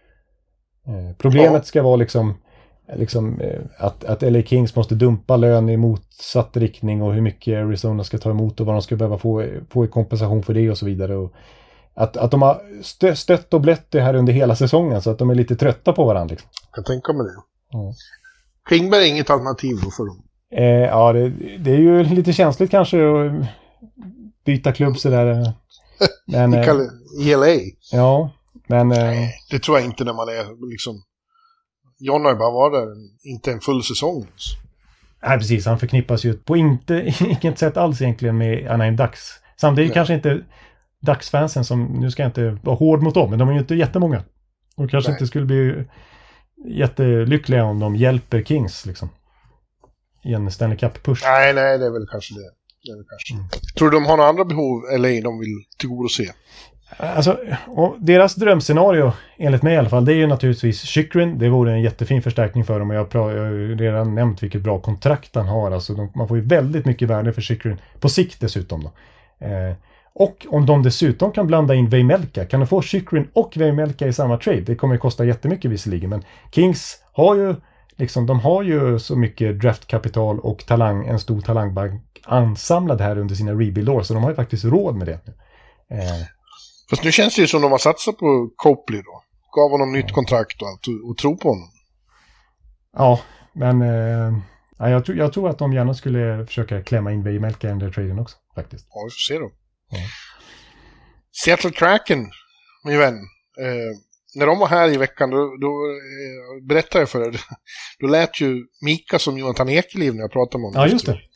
Eh, problemet ska vara liksom Liksom, att, att L A Kings måste dumpa lön i motsatt riktning och hur mycket Arizona ska ta emot och vad de ska behöva få, få i kompensation för det och så vidare. Och att, att de har stö, stött och blött det här under hela säsongen så att de är lite trötta på varandra. Liksom. Jag kan tänka mig det. Ja. Klingberg är inget alternativ då för dem. Eh, ja, det, det är ju lite känsligt kanske att byta klubb sådär. Men, I, kall- I L A? Ja, men... Eh, Nej, det tror jag inte när man är liksom... John har bara varit där, inte en full säsong. Nej, precis. Han förknippas ju på inte, inget sätt alls egentligen med Anaheim Ducks. Samtidigt Nej. Kanske inte Ducks-fansen som, nu ska jag inte vara hård mot dem, men de är ju inte jättemånga. De kanske Nej. inte skulle bli jättelyckliga om de hjälper Kings liksom. I en Stanley Cup-push. Nej, nej, det är väl kanske det. det, är väl kanske. Mm. Tror du de har några andra behov eller de vill tillgodose? Alltså, och deras drömscenario, enligt mig i alla fall, det är ju naturligtvis Chychrun. Det vore en jättefin förstärkning för dem och jag, pra- jag har ju redan nämnt vilket bra kontrakt han har. Alltså, de, man får ju väldigt mycket värde för Chychrun på sikt dessutom då. Eh, och om de dessutom kan blanda in Vejmelka, kan de få Chychrun och Vejmelka i samma trade? Det kommer ju kosta jättemycket visserligen, men Kings har ju liksom, de har ju så mycket draftkapital och talang, en stor talangbank ansamlad här under sina rebuild-år, så de har ju faktiskt råd med det. Eh, Fast nu känns det ju som de har satsat på Copley då. Gav honom nytt kontrakt och allt och, och tro på honom. Ja, men eh, ja, jag, tror, jag tror att de gärna skulle försöka klämma in Vejmelka i den där traden också, faktiskt. Ja, vi får se då. Ja. Seattle Kraken, min vän. Eh, när de var här i veckan, då, då eh, berättade jag för er. Då lät ju Mika som Jonathan Ekeliv när jag pratade med honom. Ja, just det.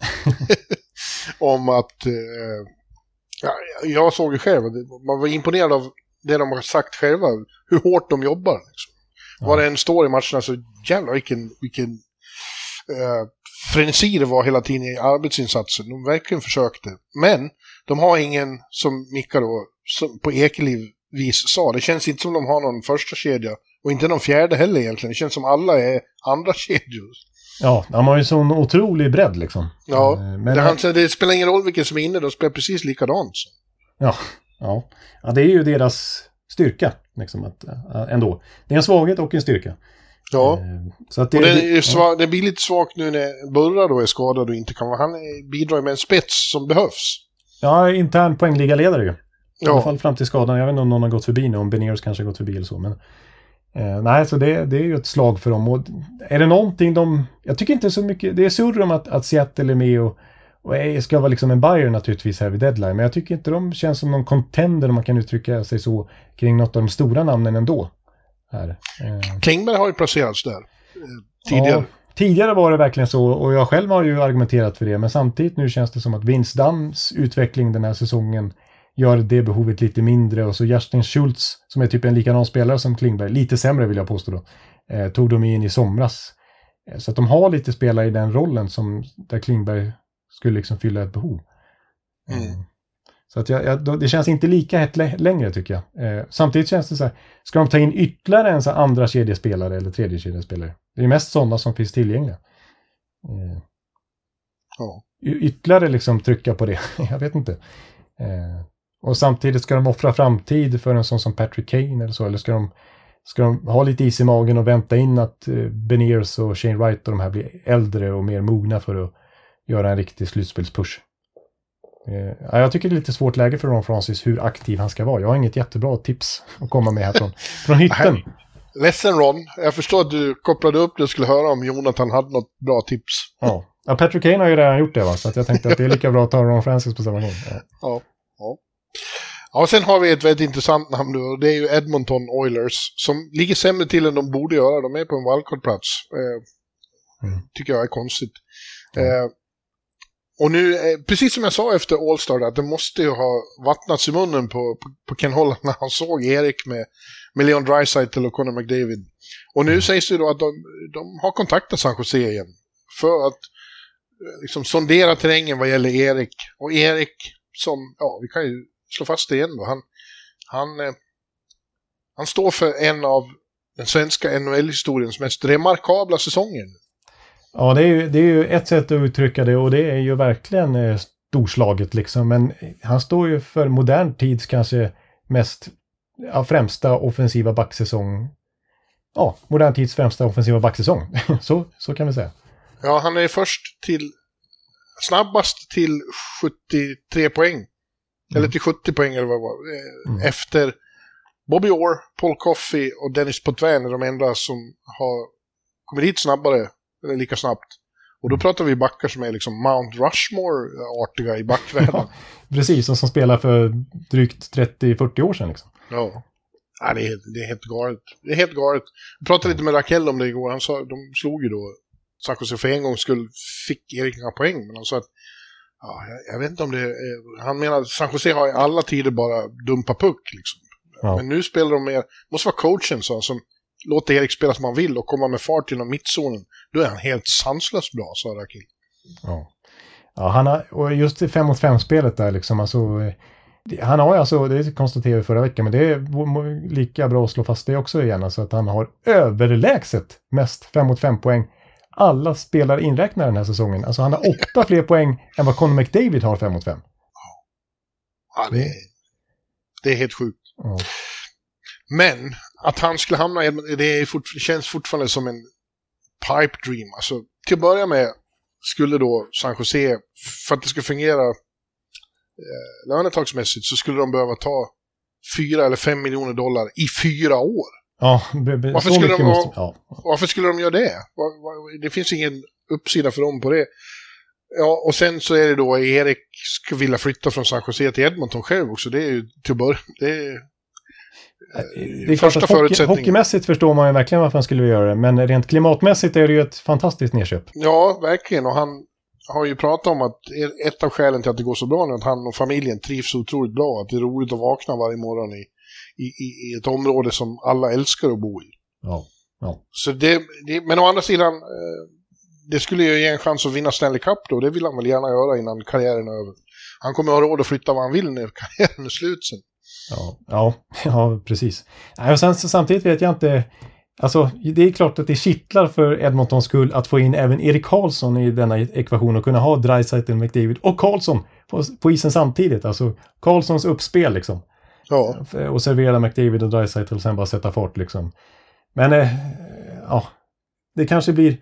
Om att... Eh, Ja, jag såg ju själv, man var imponerad av det de har sagt själva, hur hårt de jobbar. Liksom. Ja. Var det en står i matcherna så jävlar vilken, vilken uh, frenesi det var hela tiden i arbetsinsatsen. De verkligen försökte. Men de har ingen, som Mika då, som på Ekeliv vis sa, det känns inte som de har någon första kedja och inte någon fjärde heller egentligen. Det känns som alla är andra kedjor. Ja, de har ju sån otrolig bredd liksom. Ja, men det, han, det spelar ingen roll vilken som är inne, de spelar precis likadant. Så. Ja, ja. ja, det är ju deras styrka liksom, att, ändå. Det är en svaghet och en styrka. Ja, så att det, och det, är svag, ja. det blir lite svagt nu när Burra då är skadad och inte kan vara. Han bidrar med en spets som behövs. Ja, intern poängligaledare ju. I ja. alla fall fram till skadan. Jag vet inte om någon har gått förbi nu, om Beniers kanske har gått förbi eller så. Men, eh, nej, så det, det är ju ett slag för dem. Och är det någonting de... Jag tycker inte så mycket... Det är surr om att, att Seattle är med och, och ska vara liksom en buyer naturligtvis här vid deadline. Men jag tycker inte de känns som någon contender, om man kan uttrycka sig så, kring något av de stora namnen ändå. Här. Eh. Klingberg har ju placerats där eh, tidigare. Ja, tidigare var det verkligen så, och jag själv har ju argumenterat för det, men samtidigt nu känns det som att Vince Dunns utveckling den här säsongen gör det behovet lite mindre, och så Justin Schultz, som är typ en likadan spelare som Klingberg, lite sämre vill jag påstå då, eh, tog de in i somras. Eh, så att de har lite spelare i den rollen som där Klingberg skulle liksom fylla ett behov. Mm. Eh, Så att jag, jag, det känns inte lika hett längre tycker jag. Eh, samtidigt känns det så här, ska de ta in ytterligare en så andra kedjespelare eller tredje kedjespelare? Det är mest sådana som finns tillgängliga. Eh, ja. Ytterligare liksom trycka på det, jag vet inte. Eh, och samtidigt ska de offra framtid för en sån som Patrick Kane eller så, eller ska de, ska de ha lite is i magen och vänta in att eh, Beniers och Shane Wright och de här blir äldre och mer mogna för att göra en riktig slutspelspush. Ja, jag tycker det är lite svårt läge för Ron Francis hur aktiv han ska vara. Jag har inget jättebra tips att komma med här från, från hytten. Ledsen Ron, jag förstår att du kopplade upp det och skulle höra om Jonathan hade något bra tips. Ja, ja Patrick Kane har ju redan gjort det, va? Så att jag tänkte att det är lika bra att ta Ron Francis på samma gång. Ja, ja. ja. ja och sen har vi ett väldigt intressant namn nu, och det är ju Edmonton Oilers som ligger sämre till än de borde göra. De är på en wildcard-plats. Eh, mm. Tycker jag är konstigt. Mm. Eh, Och nu, precis som jag sa efter All-Star, att det måste ju ha vattnats i munnen på, på, på Ken Holland när han såg Erik med, med Leon Draisaitl och Connor McDavid. Och nu mm. sägs det då att de, de har kontaktat San Jose igen för att liksom sondera terrängen vad gäller Erik. Och Erik, som, ja, vi kan ju slå fast det igen då, han, han, eh, han står för en av den svenska N H L-historiens mest remarkabla säsonger. Ja, det är, ju, det är ju ett sätt att uttrycka det, och det är ju verkligen eh, storslaget liksom. Men han står ju för modern tids kanske mest ja, främsta offensiva backsäsong. Ja, modern tids främsta offensiva backsäsong. så, så kan vi säga. Ja, han är först till snabbast till sjuttiotre poäng. Mm. Eller till sjuttio poäng eller vad det var. Mm. Efter Bobby Orr, Paul Coffey och Dennis Potvin är de enda som har kommit hit snabbare. Eller lika snabbt. Och då pratar vi backar som är liksom Mount Rushmore-artiga i backvärlden. Ja, precis, och som spelar för drygt trettio till fyrtio år sedan liksom. Ja, ja det, är, det är helt galet. Det är helt galet. Jag pratade lite med Rakell om det igår. Han sa, de slog ju då San Jose för en gång skulle fick Erik några poäng. Men han sa att, ja, jag, jag vet inte om det är, han menar att San Jose har i alla tider bara dumpa puck liksom. Ja. Men nu spelar de mer, måste vara coachen så, som låter Erik spela som han vill och komma med fart inom mittzonen. Då är han helt sanslöst bra, sa Rakell. Ja. Ja, han har, och just i fem mot fem-spelet där liksom, alltså, han har alltså, det konstaterade vi förra veckan, men det är lika bra att slå fast det också igen, alltså att han har överlägset mest fem mot fem poäng. Alla spelare inräknar den här säsongen. Alltså han har åtta fler poäng än vad Connor McDavid har fem mot fem. Ja, det är, det är helt sjukt. Ja. Men att han skulle hamna i, det är fort, känns fortfarande som en pipe dream. Alltså, till att börja med skulle då San Jose, för att det ska fungera eh, lönetagsmässigt, så skulle de behöva ta fyra eller fem miljoner dollar i fyra år. Ja, be, be, varför, skulle de, måste, ja. varför skulle de göra det? Var, var, det finns ingen uppsida för dem på det. Ja, och sen så är det då Erik skulle vilja flytta från San Jose till Edmonton själv också. Det är ju till början, det är Det är första hockey, hockeymässigt förstår man ju verkligen varför han skulle göra det, men rent klimatmässigt är det ju ett fantastiskt nedköp. Ja, verkligen, och han har ju pratat om att ett av skälen till att det går så bra nu är att han och familjen trivs otroligt bra, att det är roligt att vakna varje morgon i, i, i ett område som alla älskar att bo i. Ja, ja. Så det, det, men å andra sidan, det skulle ju ge en chans att vinna Stanley Cup då, det vill han väl gärna göra innan karriären är över. Han kommer att ha råd att flytta vad han vill när karriären är slut sen. Ja, ja, ja, precis. Och sen, samtidigt vet jag inte, alltså det är klart att det kittlar för Edmontons skull att få in även Erik Karlsson i denna ekvation och kunna ha Draisaitl, McDavid och Karlsson på, på isen samtidigt. Alltså Karlssons uppspel liksom. Ja. Och servera McDavid och Draisaitl och sen bara sätta fart liksom. Men eh, ja, det kanske blir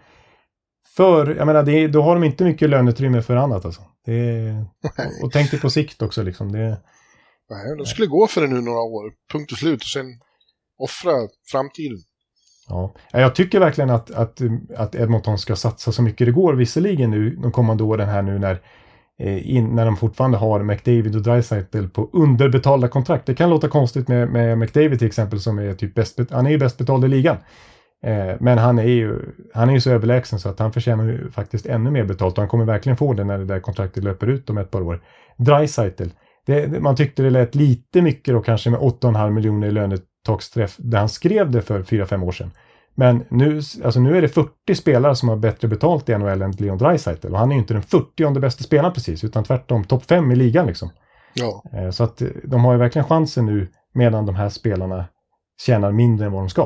för, jag menar, det, då har de inte mycket löneutrymme för annat alltså. Det är, och, och tänk dig på sikt också liksom. Det, nej, de skulle gå för det nu några år, punkt och slut, och sen offra framtiden. Ja, jag tycker verkligen att, att, att Edmonton ska satsa så mycket det går, visserligen nu de kommande åren här nu när, eh, in, när de fortfarande har McDavid och Draisaitl på underbetalda kontrakt. Det kan låta konstigt med, med McDavid till exempel som är typ bäst, han är ju bäst betald i ligan. Eh, men han är ju han är ju så överlägsen så att han förtjänar ju faktiskt ännu mer betalt och han kommer verkligen få det när det där kontraktet löper ut om ett par år. Draisaitl, det, man tyckte det lät lite mycket då kanske med åtta komma fem miljoner i lönetaksträff där han skrev det för fyra fem år sedan. Men nu, alltså nu är det fyrtio spelare som har bättre betalt i N H L än Leon Draisaitl och han är ju inte den fyrtionde bästa spelaren precis utan tvärtom topp fem i ligan liksom. Ja. Eh, så att de har ju verkligen chansen nu medan de här spelarna tjänar mindre än vad de ska.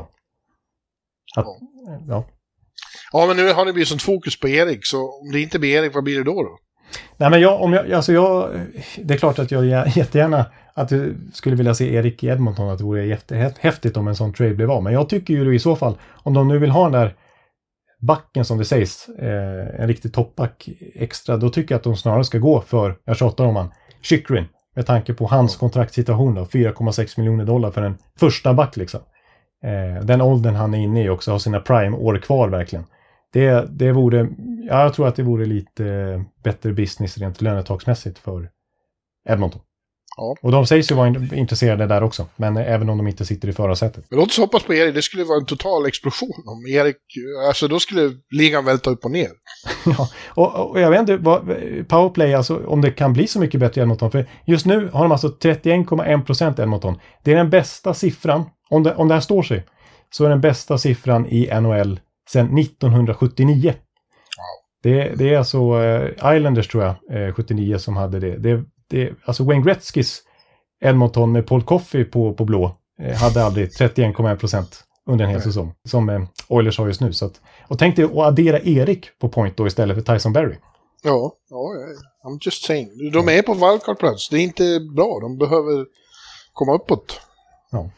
Att, ja. Ja. Ja, men nu har det blivit sånt fokus på Erik, så om det inte blir Erik, vad blir det då då? Nej, men jag, om jag, alltså jag, det är klart att jag jättegärna att du skulle vilja se Erik i Edmonton, att det vore jättehäftigt om en sån trade blev av. Men jag tycker ju i så fall, om de nu vill ha den där backen som det sägs, eh, en riktig toppback extra, då tycker jag att de snarare ska gå för, jag tjatar om han, Chychrun, med tanke på hans kontraktssituation då, fyra komma sex miljoner dollar för en första back liksom. Eh, den åldern han är inne i också, har sina prime-år kvar verkligen. Det, det vore, ja, jag tror att det vore lite bättre business rent lönetagsmässigt för Edmonton. Ja. Och de sägs ju vara intresserade där också, men även om de inte sitter i förarsätet. Men låt oss hoppas på Erik, det skulle vara en total explosion om Erik, alltså då skulle ligan välta upp och ner. Ja, och, och jag vet inte vad powerplay, alltså om det kan bli så mycket bättre i Edmonton, för just nu har de alltså trettioen komma en procent Edmonton. Det är den bästa siffran, om det, om det här står sig, så är den bästa siffran i N H L sedan nittonhundrasjuttionio. Wow. Det, det är alltså eh, Islanders tror jag, eh, sjuttionio som hade det. det, det alltså Wayne Gretzkys Edmonton med Paul Coffey på, på blå eh, hade aldrig trettioen komma en procent under en hel Nej. säsong. Som eh, Oilers har just nu. Så att, och tänk dig att addera Erik på point då istället för Tyson Barrie. Ja, ja, I'm just saying. De är på wildcard-plats. Det är inte bra. De behöver komma uppåt. Ja.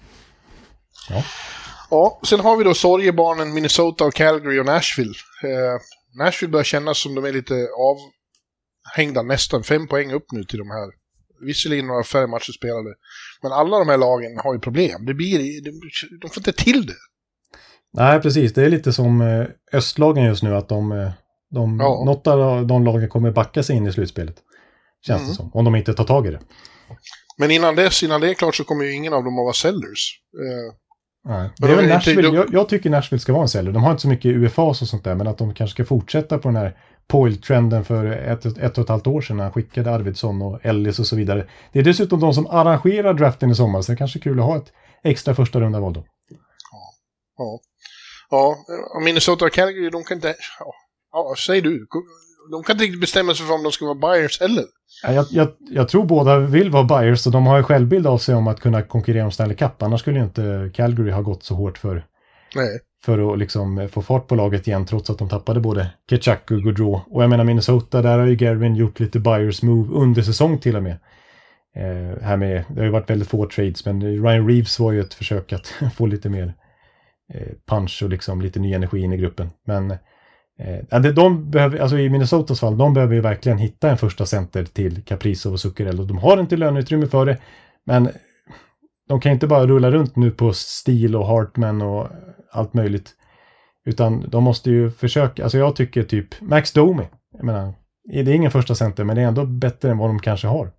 Ja. Ja, sen har vi då sorgebarnen Minnesota och Calgary och Nashville. Eh, Nashville börjar kännas som de är lite avhängda, nästan fem poäng upp nu till de här. Visserligen några färre matcher spelade. Men alla de här lagen har ju problem. Det blir, de, de får inte till det. Nej, precis. Det är lite som östlagen just nu. Att de, de, ja. något av de lagen kommer backa sig in i slutspelet. Känns mm. det som. Om de inte tar tag i det. Men innan dess, innan det är klart så kommer ju ingen av dem att vara sellers. Eh, Nej. Det är väl Nashville. Jag, jag tycker Nashville ska vara en seller. De har inte så mycket U F A och sånt där, men att de kanske ska fortsätta på den här Poyle-trenden för ett, ett och ett halvt år sedan när han skickade Arvidsson och Ellis och så vidare. Det är dessutom de som arrangerar draften i sommar, så det är kanske kul att ha ett extra första runda val då. Ja, ja. Ja, och Minnesota och Calgary, de kan inte... Ja, ja säg du. De kan inte riktigt bestämma sig för om de ska vara buyers eller. Jag, jag, jag tror båda vill vara buyers och de har en självbild av sig om att kunna konkurrera om Stanley Cup. Annars skulle ju inte Calgary ha gått så hårt för, Nej. för att liksom få fart på laget igen trots att de tappade både Ketchuk och Gaudreau. Och jag menar Minnesota, där har ju Garvin gjort lite buyers move under säsong till och med. Eh, här med. Det har ju varit väldigt få trades, men Ryan Reeves var ju ett försök att få lite mer eh, punch och liksom lite ny energi in i gruppen. Men Eh, de behöver, alltså i Minnesotas fall, de behöver ju verkligen hitta en första center till Kaprizov och Zuccarello. De har inte löneutrymme för det, men de kan inte bara rulla runt nu på Steel och Hartman och allt möjligt. Utan de måste ju försöka, alltså jag tycker typ Max Domi, jag menar, det är ingen första center, men det är ändå bättre än vad de kanske har.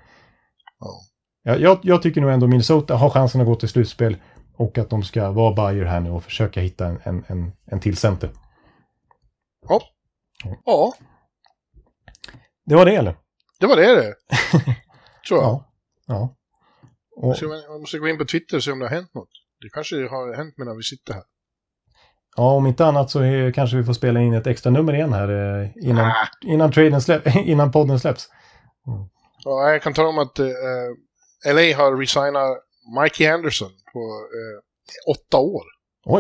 Ja. jag, jag, jag tycker nog ändå Minnesota har chansen att gå till slutspel och att de ska vara buyer här nu och försöka hitta en, en, en, en till center. Ja. Ja. Det var det, eller? Det var det, det. Tror jag. Ja. Ja. Och... Jag måste gå in på Twitter och se om det har hänt något. Det kanske har hänt medan vi sitter här. Ja, om inte annat så är, kanske vi får spela in ett extra nummer igen här eh, innan, ah. innan, traden släpp, innan podden släpps. Mm. Ja, jag kan tala om att eh, L A har resignat Mikey Anderson på eh, åtta år. Oj.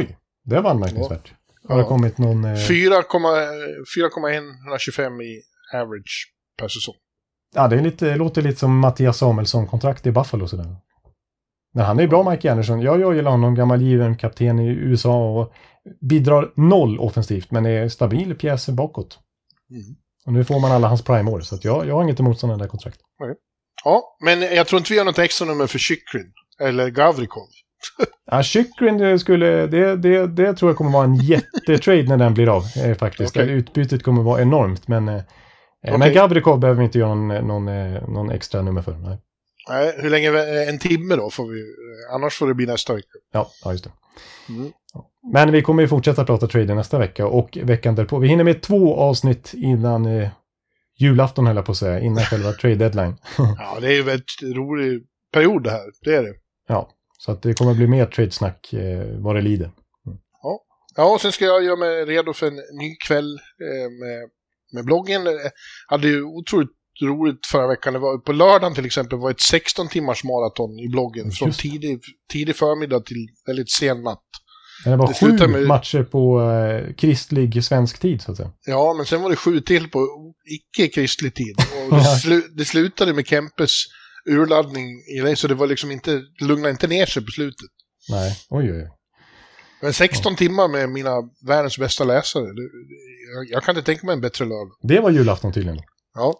Det var anmärkningsvärt. Ja. Har det kommit någon... Eh... fyra komma ett tjugofem i average per säsong. Ja, det är lite, låter lite som Mattias Samuelsson-kontrakt i Buffalo. Sådär. Men han är bra, Mike Anderson. Jag, jag gillar honom, gammal given kapten i U S A och bidrar noll offensivt, men är stabil pjäs bakåt. Mm. Och nu får man alla hans prime-år, så att jag, jag har inget emot sådana där kontrakt. Okay. Ja, men jag tror inte vi har något extra nummer för Chychrun eller Gavrikov. Ja, Chychrun skulle, det, det, det tror jag kommer vara en jättetrade när den blir av, eh, faktiskt. Okay. Utbytet kommer vara enormt, men, eh, okay. men Gavrikov behöver vi inte göra någon, någon, eh, någon extra nummer för. Nej. Nej, hur länge, en timme då får vi, annars får det bli nästa vecka. Ja, ja just det. Mm. Men vi kommer ju fortsätta prata trade nästa vecka och veckan därpå. Vi hinner med två avsnitt innan eh, julafton, höll jag på att säga, innan själva trade deadline. Ja, det är ju en rolig period det här, det är det. Ja, så att det kommer bli mer trade-snack eh, vad det lider. Mm. Ja. Ja, och sen ska jag göra mig redo för en ny kväll eh, med, med bloggen. Jag hade ju otroligt roligt förra veckan. Det var, på lördagen till exempel var ett sexton timmars maraton i bloggen. Just. Från tidig, tidig förmiddag till väldigt sen natt. Det var det sju med... matcher på uh, kristlig svensk tid, så att säga. Ja, men sen var det sju till på icke-kristlig tid. Och det, slu- det slutade med Kempes urladdning i det, så det var liksom inte, lugnade inte ner sig på slutet. Nej, oj oj. Men sexton ja. timmar med mina världens bästa läsare. Det, jag, jag kan inte tänka mig en bättre lördag. Det var julafton tydligen. Ja.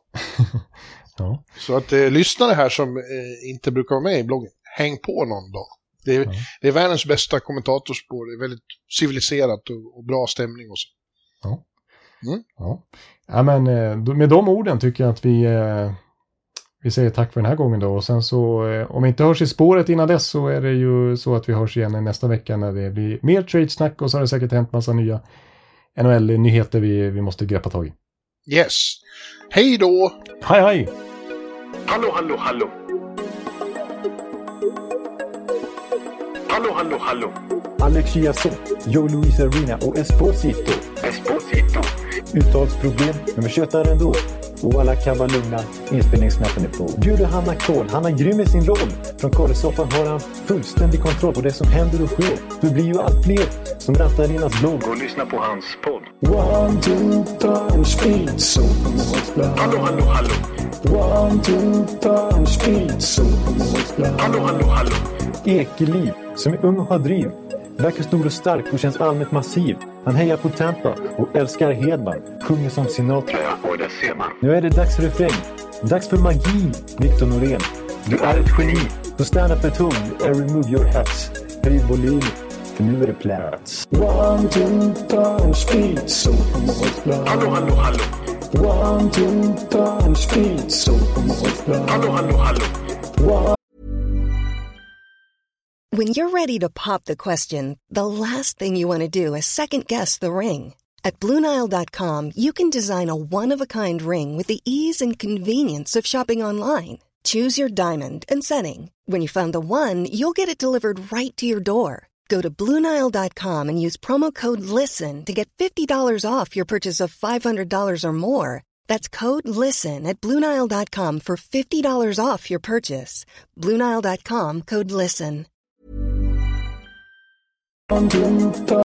ja. Så att eh, lyssnare här som eh, inte brukar vara med i bloggen, häng på någon dag. Det är, ja. det är världens bästa kommentatorspår. Det är väldigt civiliserat och, och bra stämning och så. Ja. Mm. Ja. Ja, men eh, med de orden tycker jag att vi, eh, vi säger tack för den här gången då. Och sen så, eh, om vi inte hörs i spåret innan dess, så är det ju så att vi hörs igen nästa vecka när det blir mer trade-snack, och så har det säkert hänt massa nya N H L-nyheter vi, vi måste greppa tag i. Yes. Hej då! Hej hej! Hallå, hallå, hallå! Hallå, hallå, hallå! Alex Chiazot, Joe Luis Arena och Esposito. Esposito. Uttalsproblem, men vi tjötar ändå. Och alla kan vara lugna, inspelningsknappen är på. Bjuder Hanna Kohl, han är grym i sin roll. Från Kåresoffan har han fullständig kontroll på det som händer och sker. Det blir ju allt fler som rattar in hans blogg. Och lyssna på hans podd. One, two, three, speed, so hallå, hallå, hallå! One, two, three, speed, so hallå, hallå, hallå! Ekeliv, som är ung och har driv. Verkar stor och stark och känns allmänt massiv. Han hejar på Tampa och älskar Hedman. Sjunger som Sinatra. Ja, och det ser man. Nu är det dags för refräng. Dags för magi, Victor Norén. Du är ett geni. Så stand up at home and remove your hats. Höj volym, för nu är det plats. One, two, three, speed, so hallå, hallå, hallå! One, two, three, speed, so hallå, hallå, hallå! One. When you're ready to pop the question, the last thing you want to do is second-guess the ring. At Blue Nile dot com, you can design a one-of-a-kind ring with the ease and convenience of shopping online. Choose your diamond and setting. When you find the one, you'll get it delivered right to your door. Go to Blue Nile dot com and use promo code LISTEN to get fifty dollars off your purchase of five hundred dollars or more. That's code LISTEN at Blue Nile dot com for fifty dollars off your purchase. Blue Nile dot com, code LISTEN.